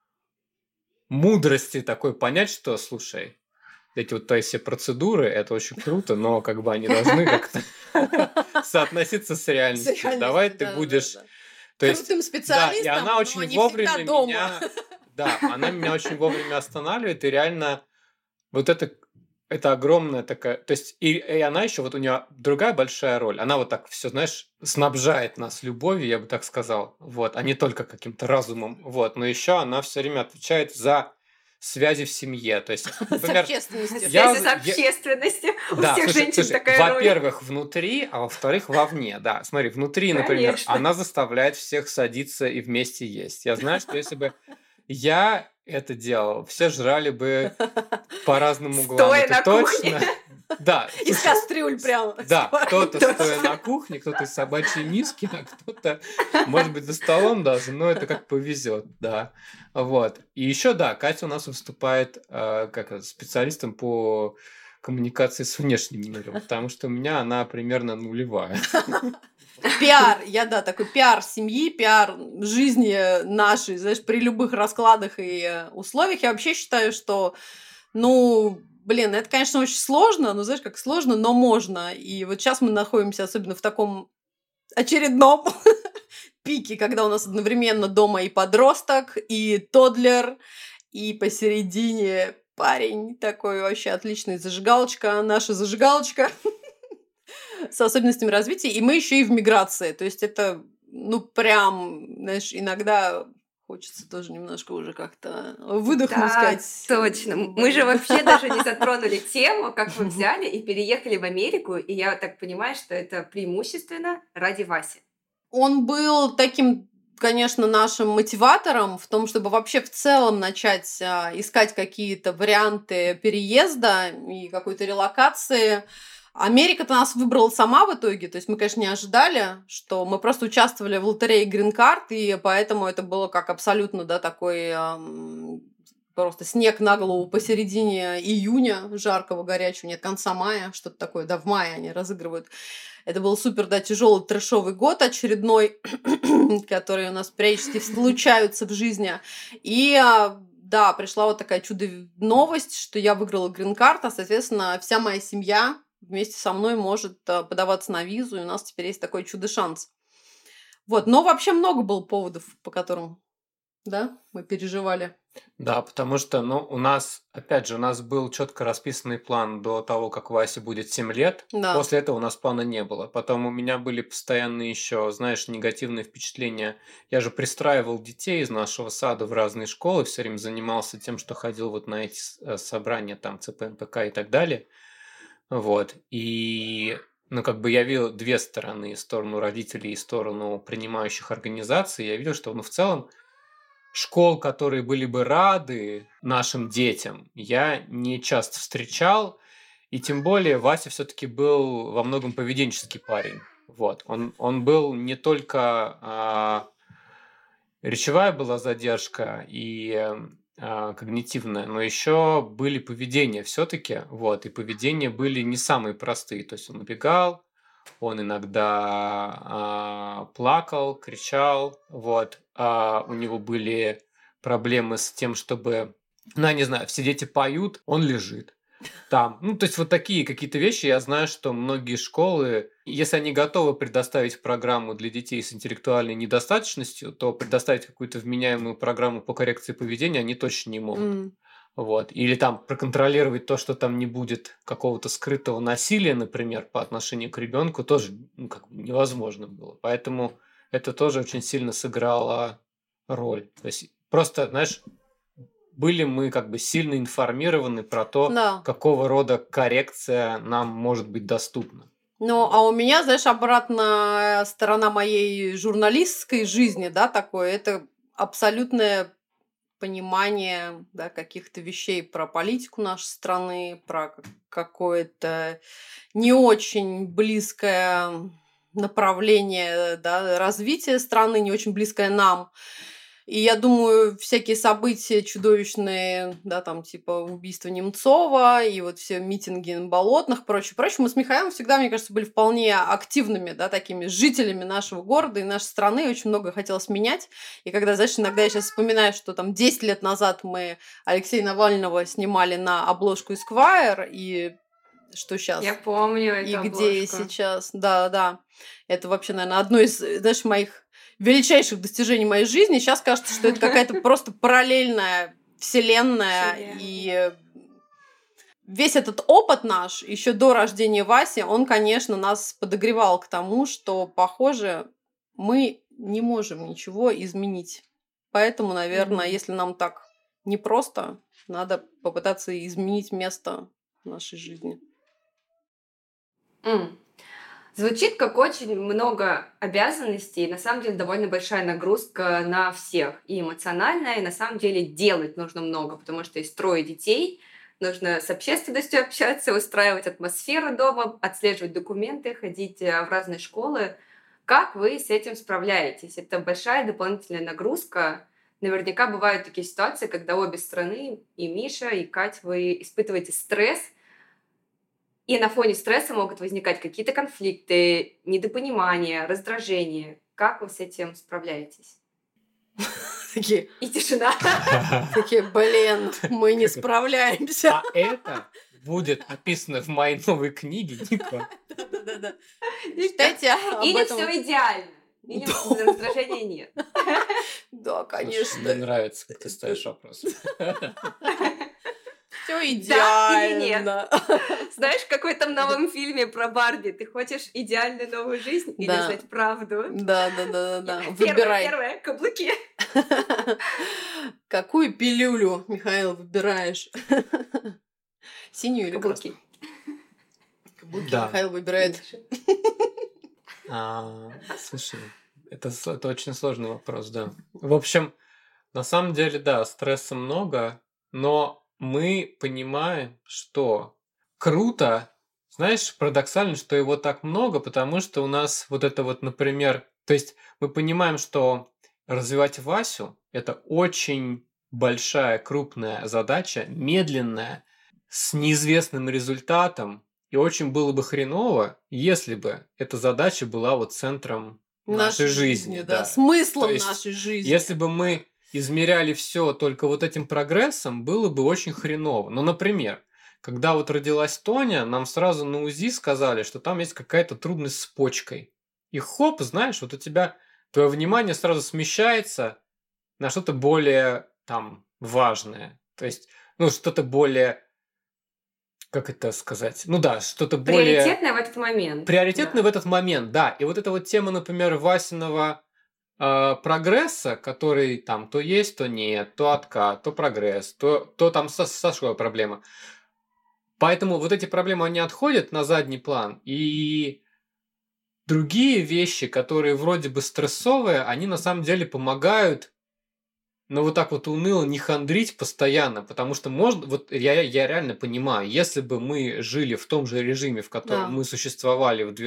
мудрости такой понять, что, слушай, эти вот твои все процедуры, это очень круто, но как бы они должны как-то соотноситься с реальностью. Давай ты будешь... крутым специалистом, да, и она очень но не вовремя всегда дома. меня... Да, она меня очень вовремя останавливает, и реально вот это огромная такая... То есть, и она еще, вот у нее другая большая роль. Она вот так все, знаешь, снабжает нас любовью, я бы так сказал. Вот, а не только каким-то разумом. Вот, но еще она все время отвечает за связи в семье. То есть, например... Связи с общественностью. У всех женщин такая роль. Во-первых, внутри, а во-вторых, вовне. Да, смотри, внутри, например, она заставляет всех садиться и вместе есть. Я знаю, что если бы я это делал, все жрали бы по разным углам. Стоя это на точно. кухне. Да. Из кастрюль прямо. Да, кто-то стоя на кухне, кто-то из собачьей миски, а кто-то, может быть, за столом даже, но это как повезет, да. Вот. И еще, да, Катя у нас выступает как специалистом по коммуникации с внешним миром, потому что у меня она примерно нулевая. Пиар, такой пиар семьи, пиар жизни нашей, знаешь, при любых раскладах и условиях. Я вообще считаю, что, это, конечно, очень сложно, но, знаешь, как сложно, но можно. И вот сейчас мы находимся особенно в таком очередном пике, когда у нас одновременно дома и подросток, и тоддлер, и посередине парень такой вообще отличный, зажигалочка, наша зажигалочка с особенностями развития, и мы еще и в миграции. То есть это, прям, знаешь, иногда хочется тоже немножко уже как-то выдохнуть, сказать. Точно. Мы же вообще даже не затронули тему, как мы взяли и переехали в Америку, и я так понимаю, что это преимущественно ради Васи. Он был таким, конечно, нашим мотиватором в том, чтобы вообще в целом начать искать какие-то варианты переезда и какой-то релокации. Америка-то нас выбрала сама в итоге, то есть мы, конечно, не ожидали, что мы просто участвовали в лотерее грин-карт, и поэтому это было как абсолютно, да, такой просто снег на голову посередине июня, жаркого, горячего, нет, конца мая, что-то такое, да, в мае они разыгрывают. Это был супер, да, тяжелый трэшовый год очередной, который у нас периодически случаются в жизни, и... Да, пришла вот такая чудо-новость, что я выиграла грин-карт, а, соответственно, вся моя семья вместе со мной может подаваться на визу, и у нас теперь есть такой чудо-шанс. Вот, но вообще много было поводов, по которым, да, мы переживали. Да, потому что, у нас, опять же, у нас был четко расписанный план до того, как Васе будет 7 лет. Да. После этого у нас плана не было. Потом у меня были постоянные еще, знаешь, негативные впечатления. Я же пристраивал детей из нашего сада в разные школы, все время занимался тем, что ходил вот на эти собрания, там, ЦПНПК и так далее. Вот. И, я видел две стороны, сторону родителей и сторону принимающих организаций. Я видел, что, в целом, школ, которые были бы рады нашим детям, я не часто встречал. И тем более Вася все-таки был во многом поведенческий парень. Вот. Он был не только... речевая была задержка и... когнитивное, но еще были поведения все-таки, вот, и поведения были не самые простые, то есть он убегал, он иногда плакал, кричал, вот, у него были проблемы с тем, чтобы, я не знаю, все дети поют, он лежит там. То есть вот такие какие-то вещи. Я знаю, что многие школы, если они готовы предоставить программу для детей с интеллектуальной недостаточностью, то предоставить какую-то вменяемую программу по коррекции поведения они точно не могут. Вот. Или там проконтролировать то, что там не будет какого-то скрытого насилия, например, по отношению к ребенку, тоже как бы невозможно было. Поэтому это тоже очень сильно сыграло роль. То есть просто, знаешь, были мы как бы сильно информированы про то, Да. какого рода коррекция нам может быть доступна. Ну, а у меня, знаешь, обратная сторона моей журналистской жизни, да, такое, это абсолютное понимание, да, каких-то вещей про политику нашей страны, про какое-то не очень близкое направление, да, развития страны, не очень близкое нам. И я думаю, всякие события чудовищные, да, там типа убийство Немцова и вот все митинги на Болотных, прочее, мы с Михаилом всегда, мне кажется, были вполне активными, да, такими жителями нашего города и нашей страны, очень много хотелось менять. И когда, знаешь, иногда я сейчас вспоминаю, что там 10 лет назад мы Алексея Навального снимали на обложку Esquire, и что сейчас. Я помню эту и обложку. где сейчас. Да. Это вообще, наверное, одно из, знаешь, моих величайших достижений моей жизни. Сейчас кажется, что это какая-то просто параллельная вселенная. И весь этот опыт наш, еще до рождения Васи, он, конечно, нас подогревал к тому, что, похоже, мы не можем ничего изменить. Поэтому, наверное, если нам так непросто, надо попытаться изменить место в нашей жизни. Звучит как очень много обязанностей, и на самом деле довольно большая нагрузка на всех, и эмоциональная, и на самом деле делать нужно много, потому что есть 3 детей, нужно с общественностью общаться, устраивать атмосферу дома, отслеживать документы, ходить в разные школы. Как вы с этим справляетесь? Это большая дополнительная нагрузка. Наверняка бывают такие ситуации, когда обе стороны, и Миша, и Кать, вы испытываете стресс, и на фоне стресса могут возникать какие-то конфликты, недопонимания, раздражения. Как вы с этим справляетесь? Такие. И тишина. Такие, блин, мы не справляемся. А это будет написано в моей новой книге, Ника. Да. Читайте об Или этом. все идеально, или раздражения нет. Да, конечно. Мне нравится, как ты ставишь вопрос. Все идеально. или нет? Знаешь, в какой-то новом фильме про Барби ты хочешь идеальную новую жизнь или Да. знать правду? Да. Выбирай. Первое, каблуки. Какую пилюлю, Михаил, выбираешь? Синюю или Каблуки. красную? Каблуки Да. Михаил выбирает. Слушай, это очень сложный вопрос, да. В общем, на самом деле, да, стресса много, но мы понимаем, что круто, знаешь, парадоксально, что его так много, потому что у нас вот это вот, например, то есть мы понимаем, что развивать Васю – это очень большая, крупная задача, медленная, с неизвестным результатом, и очень было бы хреново, если бы эта задача была вот центром нашей жизни. Да, смыслом То есть, нашей жизни. Если бы мы измеряли все только вот этим прогрессом, было бы очень хреново. Но, например, когда вот родилась Тоня, нам сразу на УЗИ сказали, что там есть какая-то трудность с почкой. И хоп, знаешь, вот у тебя твое внимание сразу смещается на что-то более там важное. То есть, что-то более, как это сказать? Что-то более... Приоритетное в этот момент. Приоритетное в этот момент, да. И вот эта вот тема, например, Васиного прогресса, который там то есть, то нет, то откат, то прогресс, то там со школой проблема. Поэтому вот эти проблемы, они отходят на задний план, и другие вещи, которые вроде бы стрессовые, они на самом деле помогают, но вот так вот уныло не хандрить постоянно, потому что вот я реально понимаю, если бы мы жили в том же режиме, в котором мы существовали в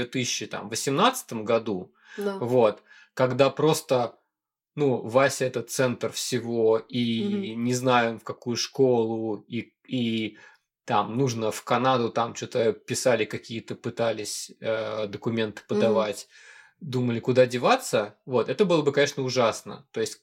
2018 году, вот, когда просто, Вася это центр всего, и не знаем в какую школу, и там нужно в Канаду, там что-то писали какие-то, пытались документы подавать, думали, куда деваться, вот, это было бы, конечно, ужасно. То есть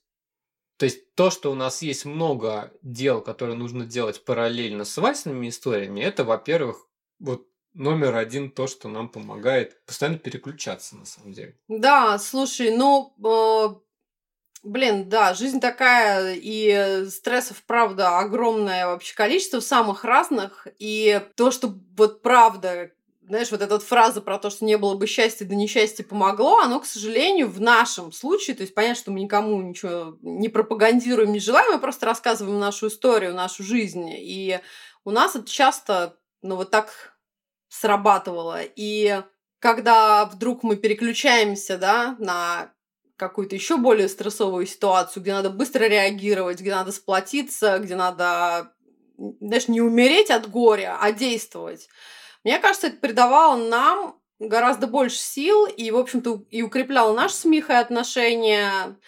то, что у нас есть много дел, которые нужно делать параллельно с Васиными историями, это, во-первых, вот номер один то, что нам помогает постоянно переключаться, на самом деле. Да, слушай, Блин, да, жизнь такая, и стрессов, правда, огромное вообще количество, самых разных, и то, что вот правда, знаешь, вот эта вот фраза про то, что не было бы счастья, да несчастье помогло, оно, к сожалению, в нашем случае, то есть понятно, что мы никому ничего не пропагандируем, не желаем, мы просто рассказываем нашу историю, нашу жизнь, и у нас это часто, ну, вот так срабатывало, и когда вдруг мы переключаемся, да, на какую-то еще более стрессовую ситуацию, где надо быстро реагировать, где надо сплотиться, где надо, знаешь, не умереть от горя, а действовать. Мне кажется, это придавало нам гораздо больше сил и, в общем-то, и укрепляло наши с Михой отношения,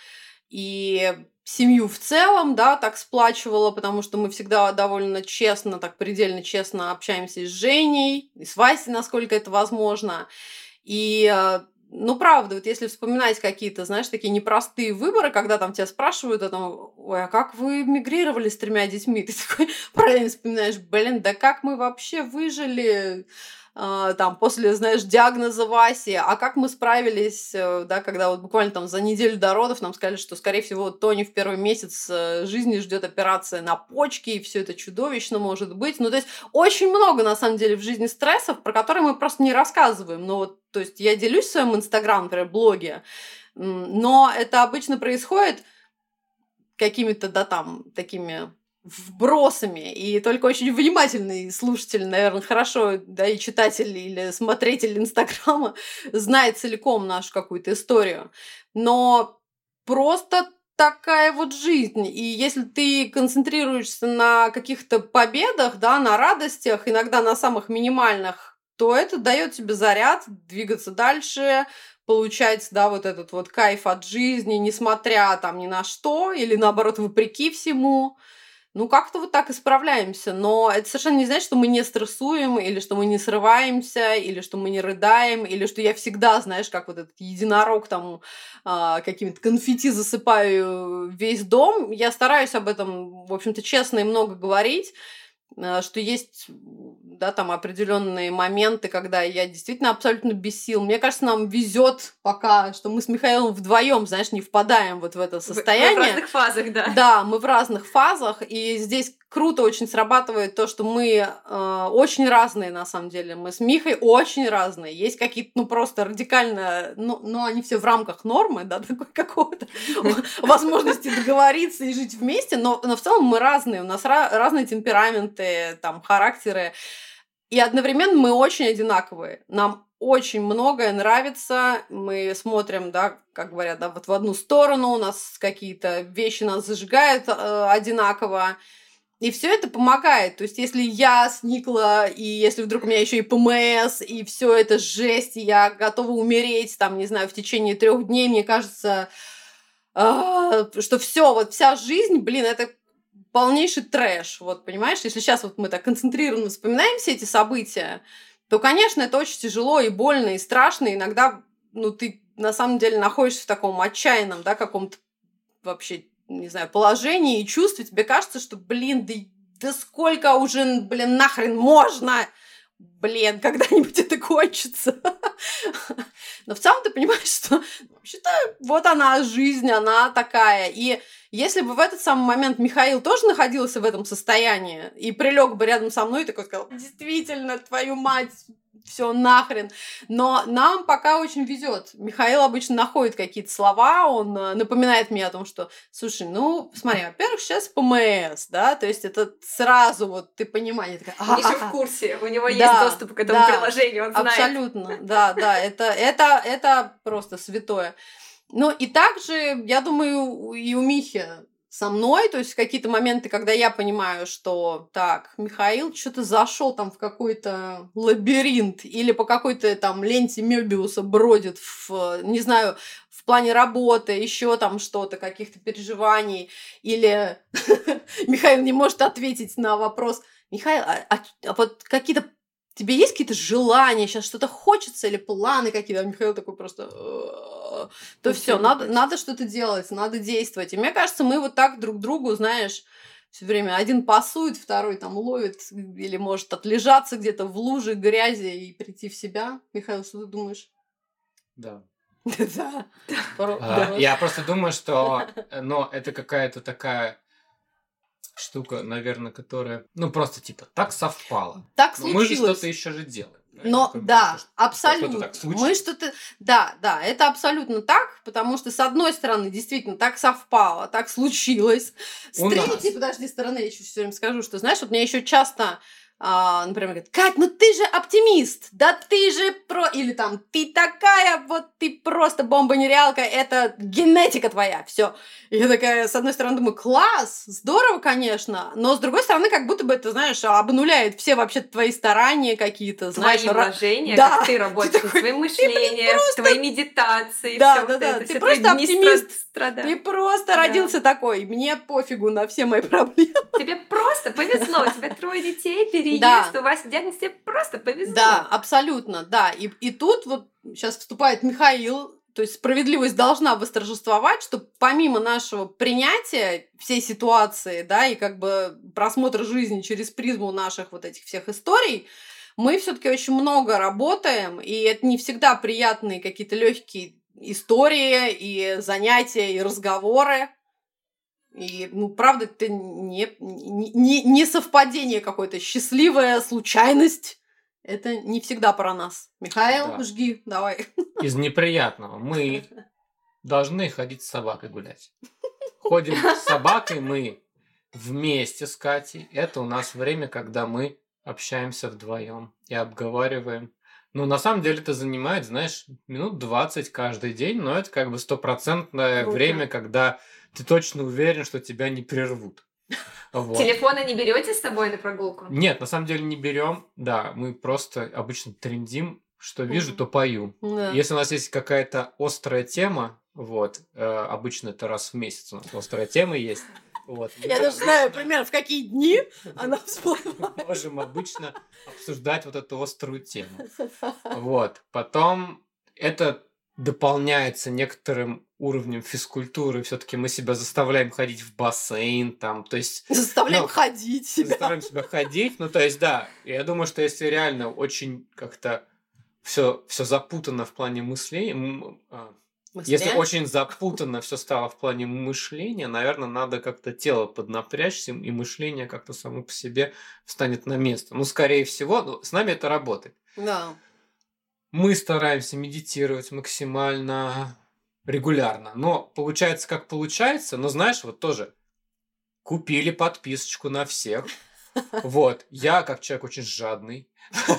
и семью в целом, да, так сплачивало, потому что мы всегда довольно честно, так предельно честно общаемся и с Женей, и с Васей, насколько это возможно. И ну, правда, вот если вспоминать какие-то, знаешь, такие непростые выборы, когда там тебя спрашивают, ой, а как вы мигрировали с 3 детьми? Ты такой правильно вспоминаешь, блин, да как мы вообще выжили там после, знаешь, диагноза Васи, а как мы справились, да, когда вот буквально там за неделю до родов нам сказали, что, скорее всего, Тони в первый месяц жизни ждет операция на почке, и все это чудовищно может быть. Ну, то есть очень много, на самом деле, в жизни стрессов, про которые мы просто не рассказываем. Ну, вот, то есть я делюсь в своем Инстаграм, например, блоге, но это обычно происходит какими-то, да, там, такими вбросами, и только очень внимательный слушатель, наверное, хорошо, да, и читатель или смотритель Инстаграма знает целиком нашу какую-то историю. Но просто такая вот жизнь. И если ты концентрируешься на каких-то победах, да, на радостях, иногда на самых минимальных, то это дает тебе заряд двигаться дальше, получать, да, вот этот вот кайф от жизни, несмотря там ни на что, или наоборот, вопреки всему. Ну, как-то вот так и справляемся. Но это совершенно не значит, что мы не стрессуем, или что мы не срываемся, или что мы не рыдаем, или что я всегда, знаешь, как вот этот единорог там какими-то конфетти засыпаю весь дом. Я стараюсь об этом, в общем-то, честно и много говорить, что есть, да, там определенные моменты, когда я действительно абсолютно без сил. Мне кажется, нам везет пока, что мы с Михаилом вдвоем, знаешь, не впадаем вот в это состояние. Мы в разных фазах, да. Да, мы в разных фазах, и здесь круто очень срабатывает то, что мы очень разные, на самом деле. Мы с Михой очень разные. Есть какие-то, ну, просто радикально, но они все в рамках нормы, да, такой какого-то возможности договориться и жить вместе, но в целом мы разные, у нас разные темпераменты, там, характеры, и одновременно мы очень одинаковые. Нам очень многое нравится, мы смотрим, да, как говорят, да, вот в одну сторону, у нас какие-то вещи нас зажигают одинаково, и все это помогает. То есть, если я сникла, и если вдруг у меня еще и ПМС, и все это жесть, и я готова умереть, там, не знаю, в течение 3 дней, мне кажется, что все, вот вся жизнь, блин, это полнейший трэш. Вот, понимаешь, если сейчас вот мы так концентрированно вспоминаем все эти события, то, конечно, это очень тяжело и больно, и страшно. Иногда, ну, ты на самом деле находишься в таком отчаянном, да, каком-то вообще, не знаю, положении и чувстве. Тебе кажется, что, блин, да сколько уже, блин, нахрен можно? Блин, когда-нибудь это кончится. Но в целом ты понимаешь, что вообще-то вот она, жизнь, она такая. И если бы в этот самый момент Михаил тоже находился в этом состоянии и прилег бы рядом со мной и такой сказал, действительно, твою мать, все нахрен. Но нам пока очень везет. Михаил обычно находит какие-то слова, он напоминает мне о том, что, слушай, ну, смотри, во-первых, сейчас ПМС, да, то есть это сразу вот ты понимаешь, он еще в курсе, у него есть доступ к этому приложению, он знает. Абсолютно, да, это просто святое. Ну, и также, я думаю, и у Михи со мной, то есть в какие-то моменты, когда я понимаю, что так, Михаил что-то зашел там в какой-то лабиринт или по какой-то там ленте Мёбиуса бродит не знаю, в плане работы, еще там что-то, каких-то переживаний, или Михаил не может ответить на вопрос, Михаил, а вот какие-то тебе есть какие-то желания, сейчас что-то хочется или планы какие-то? А Михаил такой просто... То все, надо что-то делать, надо действовать. И мне кажется, мы вот так друг другу, знаешь, все время один пасует, второй там ловит или может отлежаться где-то в луже грязи и прийти в себя. Михаил, что ты думаешь? Да. Да. Я просто думаю, что это какая-то такая штука, наверное, которая, просто типа так совпало. Так Но мы же случилось. что-то еще же делаем. Но да, абсолютно. Так Мы что-то, да, это абсолютно так, потому что с одной стороны действительно так совпало, так случилось. С третьей, подожди, стороны я еще все время скажу, что знаешь, вот мне еще часто, например, говорят: Кать, ну ты же оптимист, да ты же или там ты такая, вот ты просто бомба-нереалка, это генетика твоя, все. Я такая, с одной стороны, думаю, класс, здорово, конечно, но с другой стороны, как будто бы это, знаешь, обнуляет все вообще твои старания какие-то, знаешь. Твои вложения, да. как ты работаешь над своим мышлением, твои медитации, да, всё да, это, ты все просто твои дни оптимист, страданий. ты просто родился такой, мне пофигу на все мои проблемы. Тебе просто повезло, у тебя 3 детей, переезд, у вас диагноз, тебе просто повезло. Да, абсолютно, да. И тут вот сейчас вступает Михаил. То есть справедливость должна восторжествовать, что помимо нашего принятия всей ситуации, да, и как бы просмотра жизни через призму наших вот этих всех историй, мы все-таки очень много работаем, и это не всегда приятные какие-то легкие истории, и занятия, и разговоры. И, правда, это не совпадение какое-то, счастливая случайность. Это не всегда про нас. Михаил, жги, давай. Из неприятного. Мы должны ходить с собакой гулять. Ходим с собакой мы вместе с Катей. Это у нас время, когда мы общаемся вдвоем и обговариваем. На самом деле это занимает, знаешь, минут 20 каждый день, но это как бы 100% время, когда ты точно уверен, что тебя не прервут. Вот. Телефоны не берете с собой на прогулку? Нет, на самом деле не берем. Да, мы просто обычно трендим, что вижу, то пою. Да. Если у нас есть какая-то острая тема, обычно это раз в месяц у нас острая тема есть. Я даже знаю примерно, в какие дни она всплывает. Мы можем обычно обсуждать вот эту острую тему. Потом это дополняется некоторым уровнем физкультуры. Все-таки мы себя заставляем ходить в бассейн, то есть... Заставляем ходить себя. Заставляем себя ходить. То есть, да. Я думаю, что если реально очень как-то все запутано в плане мыслей, если очень запутанно все стало в плане мышления, наверное, надо как-то тело поднапрячься, и мышление как-то само по себе встанет на место. Скорее всего, с нами это работает. Да. Мы стараемся медитировать максимально регулярно. Но получается, как получается. Но знаешь, тоже купили подписочку на всех. Я, как человек очень жадный,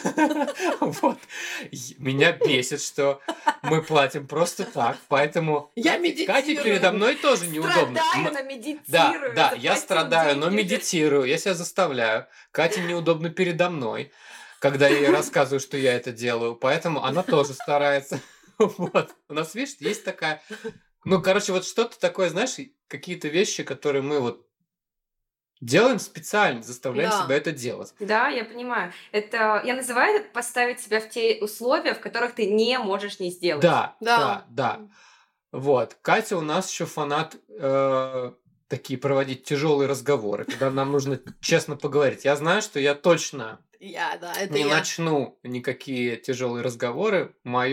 меня бесит, что мы платим просто так, поэтому Кате передо мной тоже неудобно. Страдаю, но медитирую. Да, я страдаю, но медитирую, я себя заставляю. Кате неудобно передо мной, когда я ей рассказываю, что я это делаю, поэтому она тоже старается. У нас, видишь, есть такая... что-то такое, знаешь, какие-то вещи, которые мы делаем специально, заставляем себя это делать. Да, я понимаю. Это я называю это поставить себя в те условия, в которых ты не можешь не сделать. Да. Катя у нас еще фанат такие проводить тяжелые разговоры, когда нам нужно честно поговорить. Я знаю, что я точно не начну никакие тяжелые разговоры.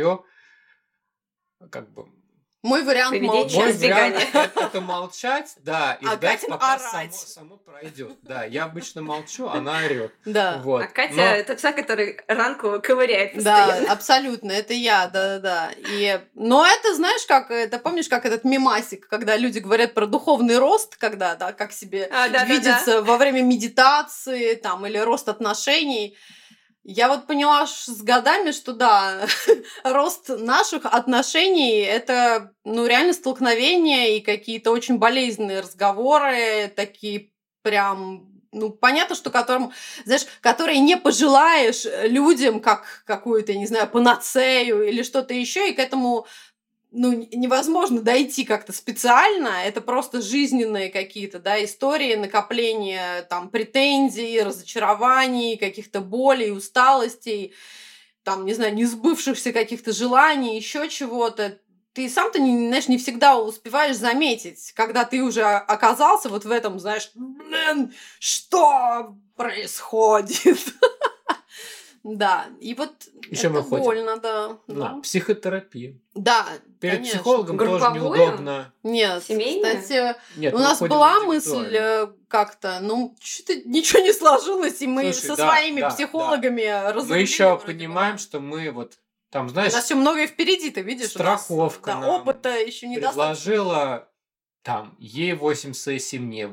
Мой вариант молчать. Это молчать, да, и ждать, пока само пройдет. Да, я обычно молчу, она орет. Да. А Катя это та, которая ранку ковыряет постоянно. Да, абсолютно, это я, да. Но это, знаешь, помнишь, как этот мемасик, когда люди говорят про духовный рост, когда, как себе видится во время медитации, или рост отношений. Я поняла с годами, что да, рост наших отношений – это, реально столкновения и какие-то очень болезненные разговоры, такие прям, понятно, что которые не пожелаешь людям как какую-то, не знаю, панацею или что-то еще, и к этому невозможно дойти как-то специально, это просто жизненные какие-то, истории, накопление претензий, разочарований, каких-то болей, усталостей, не знаю, несбывшихся каких-то желаний, еще чего-то. Ты сам-то, не всегда успеваешь заметить, когда ты уже оказался в этом, знаешь, что происходит? Да, и вот Еще это мы ходим больно, да. на психотерапию. Да, Перед конечно. психологом тоже Групповую? неудобно. Нет, Семейная? кстати, Нет, у мы нас ходим была индивидуально. мысль как-то, ну, что-то ничего не сложилось, и мы Слушай, со да, своими да, психологами Мы разрулили еще вроде бы, понимаем, да. что мы вот там, У знаешь, нас еще многое впереди, ты видишь, у нас, страховка да, нам опыта еще недостаточно. предложила там ей 8 сессий, мне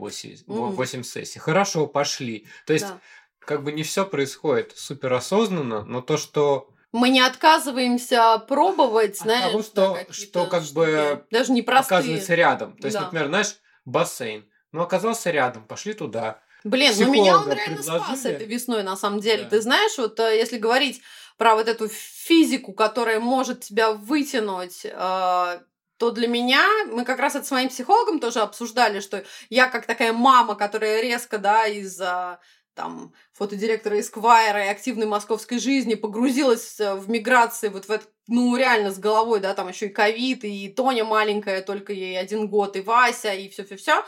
8 сессий. Хорошо, пошли. То есть, Да. как бы не все происходит суперосознанно, но то, что Мы не отказываемся пробовать, от знаешь, того, да, что какие-то как штуки, бы даже непростые. оказывается рядом. То есть, Да. например, знаешь, бассейн. Ну, оказался рядом, пошли туда. Блин, ну меня он Психолога реально спас предложили. этой весной, на самом деле. Да. Ты знаешь, вот если говорить про вот эту физику, которая может тебя вытянуть, то для меня, мы как раз это с моим психологом тоже обсуждали, что я как такая мама, которая резко, да, из-за там фотодиректора Esquire и активной московской жизни погрузилась в миграции вот в это, ну, реально с головой, да, там еще и ковид, и Тоня маленькая, только ей 1 год, и Вася, и все-все-все.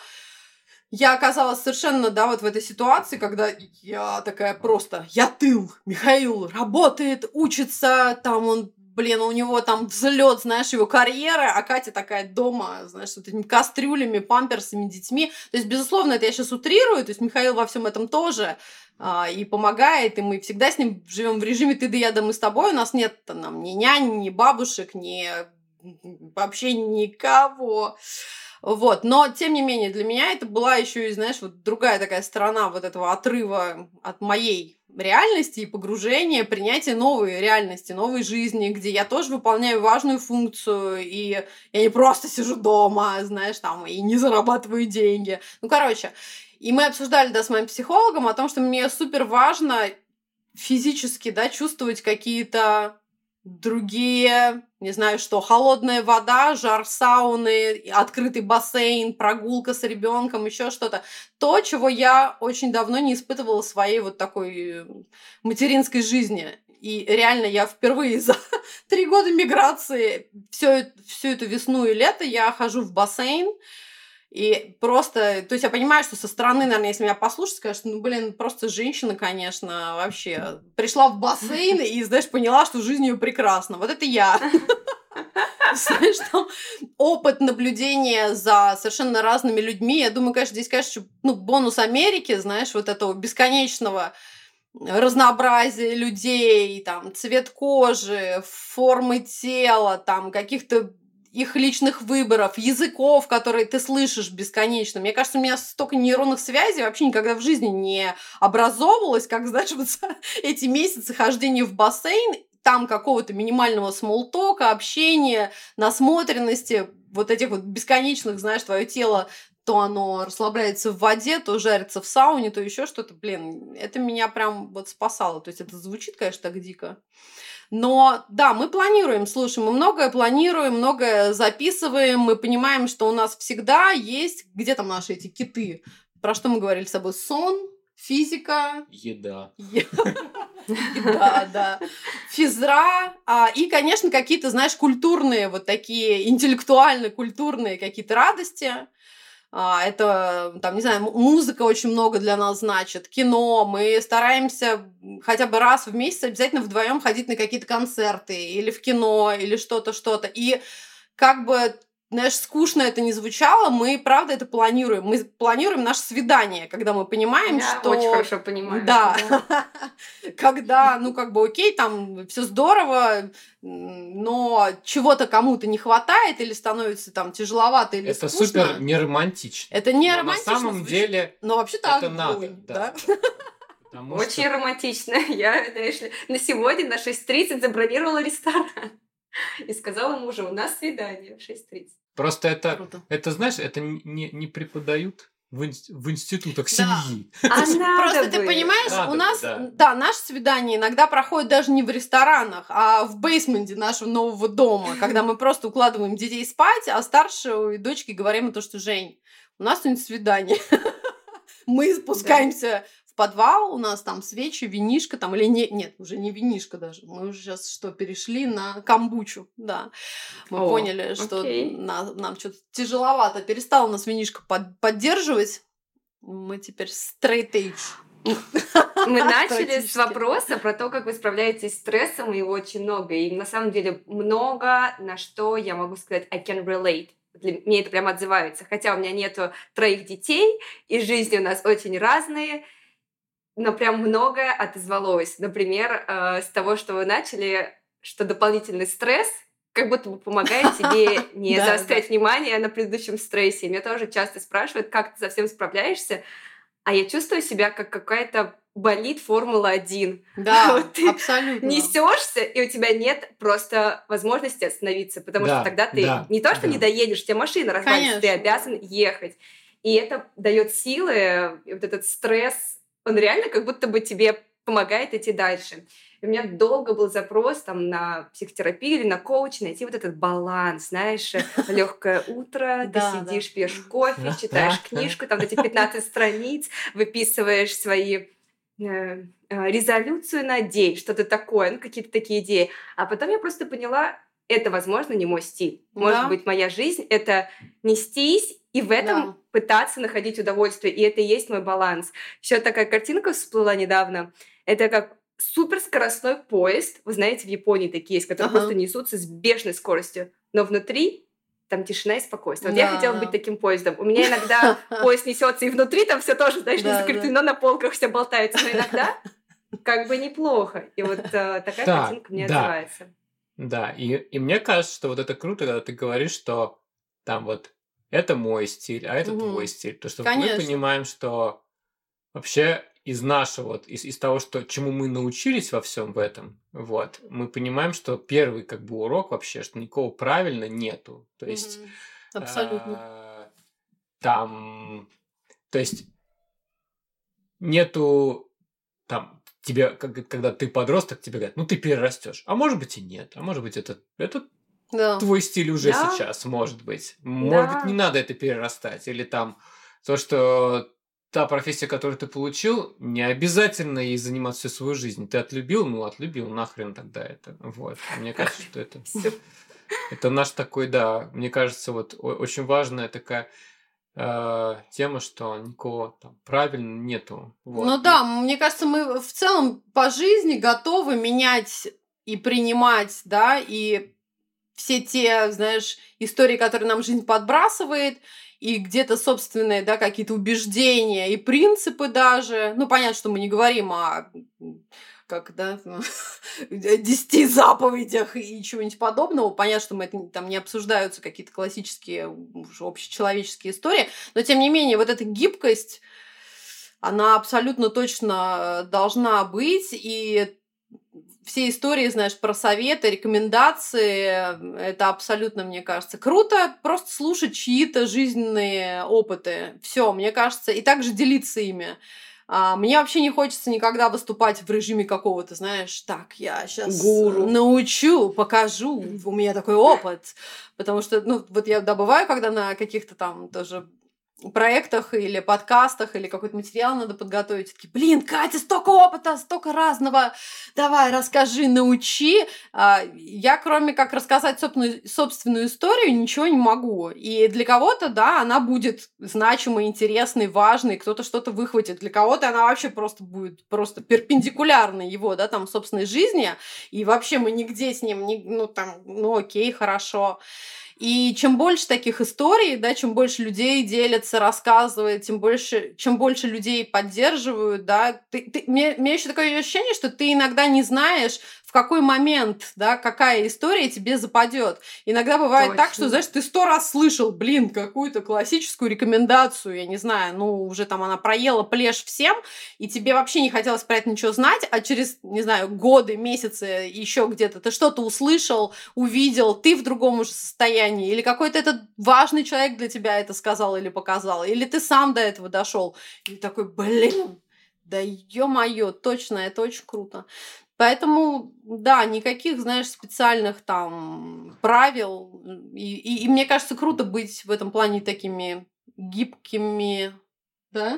Я оказалась совершенно, да, вот в этой ситуации, когда я такая просто, я тыл, Михаил работает, учится, там он, блин, у него там взлет, знаешь, его карьера, а Катя такая дома, знаешь, с вот этими кастрюлями, памперсами, детьми. То есть, безусловно, это я сейчас утрирую, то есть Михаил во всем этом тоже и помогает, и мы всегда с ним живем в режиме ты да я да мы с тобой, у нас нет там ни нянь, ни бабушек, ни вообще никого. Вот, но, тем не менее, для меня это была еще и, знаешь, вот другая такая сторона вот этого отрыва от моей реальности и погружения, принятия новой реальности, новой жизни, где я тоже выполняю важную функцию, и я не просто сижу дома, знаешь, там, и не зарабатываю деньги. Ну, короче, и мы обсуждали, да, с моим психологом о том, что мне супер важно физически, да, чувствовать какие-то другие, не знаю что, холодная вода, жар сауны, открытый бассейн, прогулка с ребенком, еще что-то. То, чего я очень давно не испытывала в своей вот такой материнской жизни. И реально я впервые за 3 года миграции всю эту весну и лето я хожу в бассейн. И просто, то есть я понимаю, что со стороны, наверное, если меня послушать, скажут, ну, блин, просто женщина, конечно, вообще пришла в бассейн и, знаешь, поняла, что жизнь ее прекрасна. Вот это я. Знаешь, там опыт наблюдения за совершенно разными людьми. Я думаю, конечно, здесь, конечно, ну, бонус Америки, знаешь, вот этого бесконечного разнообразия людей, там, цвет кожи, формы тела, там, каких-то их личных выборов, языков, которые ты слышишь бесконечно. Мне кажется, у меня столько нейронных связей вообще никогда в жизни не образовывалось, как, знаешь, вот эти месяцы хождения в бассейн, там какого-то минимального смолтока, общения, насмотренности, вот этих вот бесконечных, знаешь, твое тело, то оно расслабляется в воде, то жарится в сауне, то еще что-то. Блин, это меня прям вот спасало. То есть это звучит, конечно, так дико. Но да, мы планируем, слушай, мы многое планируем, многое записываем, мы понимаем, что у нас всегда есть, где там наши эти киты, про что мы говорили с собой, сон, физика, еда, да, физра, и, конечно, какие-то, знаешь, культурные, вот такие интеллектуально-культурные какие-то радости. Это, там, не знаю, музыка очень много для нас значит, кино. Мы стараемся хотя бы раз в месяц обязательно вдвоем ходить на какие-то концерты или в кино, или что-то. И как бы, знаешь, скучно это не звучало, мы, правда, это планируем. Мы планируем наше свидание, когда мы понимаем, что... Я очень хорошо понимаю. Да. Когда, ну, как бы, окей, там все здорово, но чего-то кому-то не хватает или становится там тяжеловато или это скучно. супер неромантично. Это не но романтично на самом звучит, деле но вообще так это надо, будет, да. Очень романтично. Я, знаешь ли, на сегодня на 6:30 забронировала ресторан. И сказала мужу, у нас свидание в 6:30. Просто Круто. это, знаешь, это не преподают в институтах семьи. Просто ты понимаешь, у нас, да, наше свидание иногда проходит даже не в ресторанах, а в бейсменте нашего нового дома, когда мы просто укладываем детей спать, а старшей дочке говорим то, что Жень, у нас сегодня свидание. Мы спускаемся в подвал, у нас там свечи, винишко там, или нет, уже не винишко даже, мы уже сейчас перешли на камбучу, да. Мы поняли, что нам что-то тяжеловато, перестал нас винишко поддерживать, мы теперь straight edge. Мы начали с вопроса про то, как вы справляетесь с стрессом, и его очень много. И на самом деле много, на что я могу сказать I can relate. Мне это прям отзывается. Хотя у меня нету 3 детей, и жизни у нас очень разные, но прям многое отозвалось. Например, с того, что вы начали, что дополнительный стресс как будто бы помогает тебе не заострять внимание на предыдущем стрессе. Меня тоже часто спрашивают, как ты со всем справляешься, а я чувствую себя как какая-то болит Формула-1. Да, вот ты абсолютно. несешься, и у тебя нет просто возможности остановиться, потому что тогда ты не то, что не доедешь, у тебя машина развалится, ты обязан ехать. И это дает силы, и вот этот стресс, он реально как будто бы тебе помогает идти дальше. И у меня долго был запрос там на психотерапию или на коуч, найти вот этот баланс, знаешь, легкое утро, ты сидишь, пьешь кофе, читаешь книжку, там эти 15 страниц, выписываешь свои резолюцию на день, что-то такое, ну какие-то такие идеи. А потом я просто поняла, это, возможно, не мой стиль. Может быть, моя жизнь — это нестись и в этом пытаться находить удовольствие. И это и есть мой баланс. Еще такая картинка всплыла недавно. Это как суперскоростной поезд. Вы знаете, в Японии такие есть, которые просто несутся с бешеной скоростью. Но внутри там тишина и спокойствие. Вот я хотела быть таким поездом. У меня иногда поезд несется, и внутри там все тоже, знаешь, не закреплено на полках, все болтается. Но иногда как бы неплохо. И вот такая картинка мне отзывается. Да, и мне кажется, что вот это круто, когда ты говоришь, что там вот это мой стиль, а это твой стиль. То, что мы понимаем, что вообще из нашего, вот, из того, что, чему мы научились во всем в этом, вот, мы понимаем, что первый как бы урок вообще, что никакого правильно нету. То есть абсолютно. Там, то есть нету там тебе, когда ты подросток, тебе говорят, ну ты перерастешь. А может быть и нет. А может быть это твой стиль уже сейчас, может быть. Может быть, не надо это перерастать. Или там то, что та профессия, которую ты получил, не обязательно ей заниматься всю свою жизнь. Ты отлюбил, нахрен тогда это. Вот. Мне кажется, что это наш такой, мне кажется, вот очень важная такая тема, что никакого там правильно нету. Вот. Ну да, мне кажется, мы в целом по жизни готовы менять и принимать, да, и все те, знаешь, истории, которые нам жизнь подбрасывает, и где-то собственные, да, какие-то убеждения и принципы даже. Ну, понятно, что мы не говорим о 10 заповедях и чего-нибудь подобного. Понятно, что там не обсуждаются какие-то классические общечеловеческие истории, но тем не менее вот эта гибкость, она абсолютно точно должна быть, и все истории, знаешь, про советы, рекомендации, это абсолютно, мне кажется, круто. Просто слушать чьи-то жизненные опыты. Все, мне кажется, и также делиться ими. Мне вообще не хочется никогда выступать в режиме какого-то, знаешь, так, я сейчас научу, покажу, у меня такой опыт. Потому что, вот я бываю, когда на каких-то там тоже проектах или подкастах, или какой-то материал надо подготовить. Такие, блин, Катя, столько опыта, столько разного. Давай, расскажи, научи. Я, кроме как рассказать собственную историю, ничего не могу. И для кого-то, да, она будет значимой, интересной, важной, кто-то что-то выхватит. Для кого-то она вообще просто будет просто перпендикулярной его, да, там, собственной жизни. И вообще мы нигде с ним, окей, хорошо. И чем больше таких историй, да, чем больше людей делятся, рассказывают, чем больше людей поддерживают, да, у меня еще такое ощущение, что ты иногда не знаешь, в какой момент, да, какая история тебе западет. Иногда бывает так, что, знаешь, ты 100 раз слышал, какую-то классическую рекомендацию, я не знаю, уже там она проела плешь всем, и тебе вообще не хотелось про это ничего знать, а через, не знаю, годы, месяцы, еще где-то ты что-то услышал, увидел, ты в другом уже состоянии, или какой-то этот важный человек для тебя это сказал или показал, или ты сам до этого дошел, и такой, да ё-моё, точно, это очень круто. Поэтому, да, никаких, знаешь, специальных там правил. И мне кажется, круто быть в этом плане такими гибкими, да?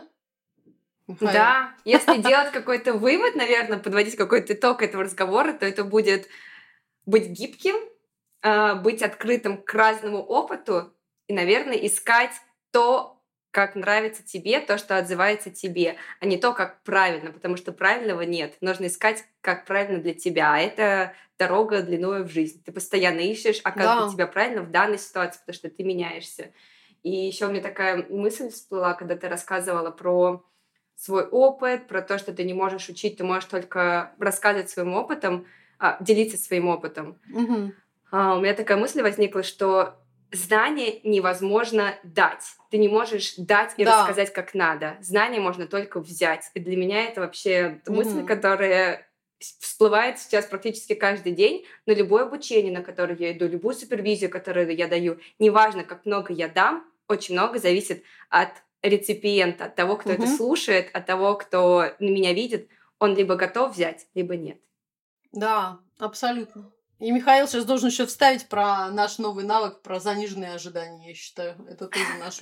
Да, если делать какой-то вывод, наверное, подводить какой-то итог этого разговора, то это будет быть гибким, быть открытым к разному опыту и, наверное, искать то, как нравится тебе, то, что отзывается тебе, а не то, как правильно, потому что правильного нет. Нужно искать, как правильно для тебя, а это дорога длиною в жизнь. Ты постоянно ищешь, а как для тебя правильно в данной ситуации, потому что ты меняешься. И еще у меня такая мысль всплыла, когда ты рассказывала про свой опыт, про то, что ты не можешь учить, ты можешь только рассказывать своим опытом, делиться своим опытом. Угу. У меня такая мысль возникла, что знание невозможно дать. Ты не можешь дать и рассказать как надо. Знание можно только взять. И для меня это вообще мысль, которая всплывает сейчас практически каждый день. Но любое обучение, на которое я иду, любую супервизию, которую я даю, неважно, как много я дам, очень много зависит от реципиента, от того, кто это слушает, от того, кто меня видит. Он либо готов взять, либо нет. Да, абсолютно. И Михаил сейчас должен еще вставить про наш новый навык, про заниженные ожидания, я считаю. Это тоже наш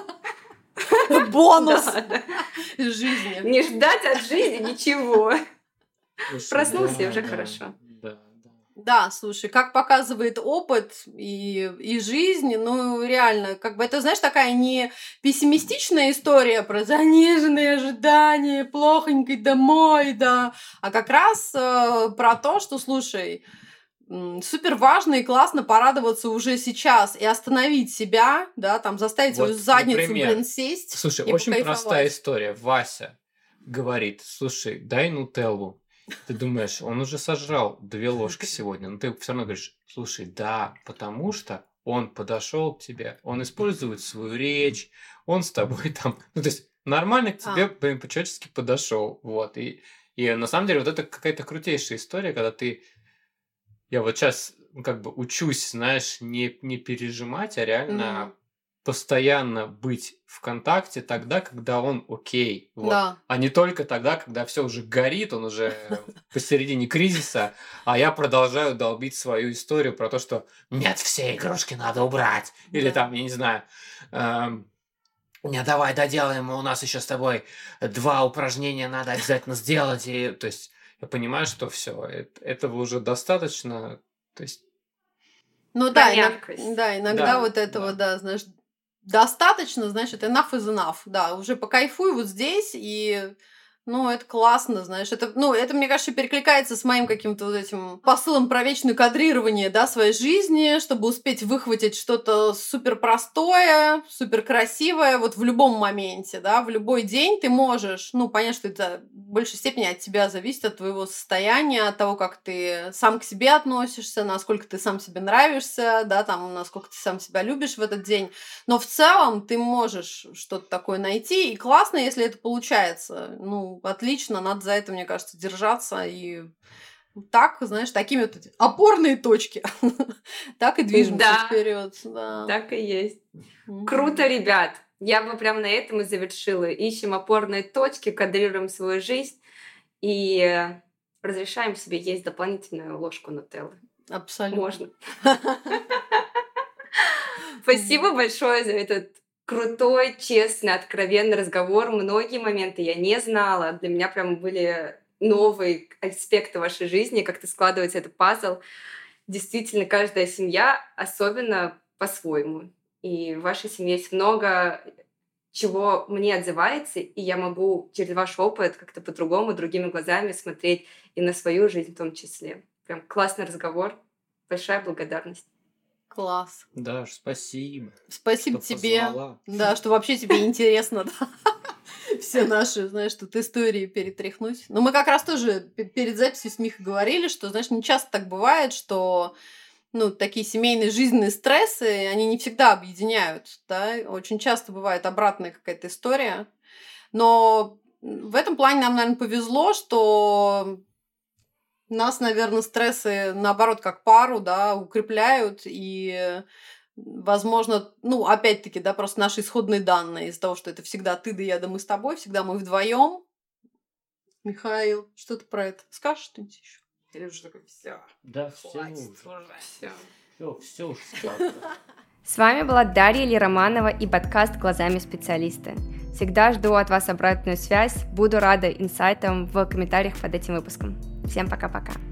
бонус жизни. Не ждать от жизни ничего. Проснулся, и уже хорошо. Да, слушай, как показывает опыт и жизнь, ну, реально, как бы это, знаешь, такая не пессимистичная история про заниженные ожидания, плохонькой домой, да, а как раз про то, что, слушай, супер важно и классно порадоваться уже сейчас и остановить себя, да, там, заставить свою задницу, например, сесть. Слушай, очень простая история. Вася говорит, слушай, дай нутеллу. Ты думаешь, он уже сожрал 2 ложки сегодня, но ты все равно говоришь, слушай, да, потому что он подошел к тебе, он использует свою речь, он с тобой там, ну, то есть нормально к тебе, блин, по-человечески подошел, вот, и на самом деле вот это какая-то крутейшая история, когда я вот сейчас как бы учусь, знаешь, не пережимать, а реально постоянно быть в контакте тогда, когда он окей. Вот. Да. А не только тогда, когда все уже горит, он уже посередине кризиса, а я продолжаю долбить свою историю про то, что нет, все игрушки надо убрать. Или там, я не знаю, не, давай доделаем, у нас еще с тобой 2 упражнения надо обязательно сделать. И, то есть я понимаю, что все, этого уже достаточно. То есть... Ну да, иногда вот этого, да, знаешь, достаточно, значит, enough is enough. Да, уже покайфуй вот здесь, и, ну, это классно, знаешь. Это, мне кажется, перекликается с моим каким-то вот этим посылом про вечное кадрирование, да, своей жизни, чтобы успеть выхватить что-то супер простое, супер красивое вот в любом моменте, да, в любой день ты можешь, понять, что это в большей степени от тебя зависит, от твоего состояния, от того, как ты сам к себе относишься, насколько ты сам себе нравишься, да, там, насколько ты сам себя любишь в этот день. Но в целом ты можешь что-то такое найти, и классно, если это получается. Отлично, надо за это, мне кажется, держаться и так, знаешь, такими вот опорные точки, так и движемся вперед. Да. Так и есть. Круто, ребят! Я бы прям на этом и завершила. Ищем опорные точки, кадрируем свою жизнь и разрешаем себе есть дополнительную ложку нутеллы. Абсолютно. Можно. Спасибо большое за этот крутой, честный, откровенный разговор. Многие моменты я не знала. Для меня прям были новые аспекты вашей жизни, как-то складывается этот пазл. Действительно, каждая семья особенно по-своему. И в вашей семье есть много чего мне отзывается, и я могу через ваш опыт как-то по-другому, другими глазами смотреть и на свою жизнь в том числе. Прям классный разговор. Большая благодарность. Класс. Да, спасибо. Спасибо тебе. Позвала. Да, что вообще тебе интересно, да. Все наши, знаешь, тут истории перетряхнуть. Но мы как раз тоже перед записью с Михой говорили, что, знаешь, не часто так бывает, что такие семейные жизненные стрессы, они не всегда объединяют, да, очень часто бывает обратная какая-то история. Но в этом плане нам, наверное, повезло, что нас, наверное, стрессы, наоборот, как пару, да, укрепляют и, возможно, опять-таки, да, просто наши исходные данные из-за того, что это всегда ты, да я, да мы с тобой, всегда мы вдвоем. Михаил, что ты про это скажешь что-нибудь еще? Или уже такой, все. Да, все уже сказано. С вами была Дарья Лироманова и подкаст «Глазами специалиста». Всегда жду от вас обратную связь. Буду рада инсайтам в комментариях под этим выпуском. Всем пока-пока.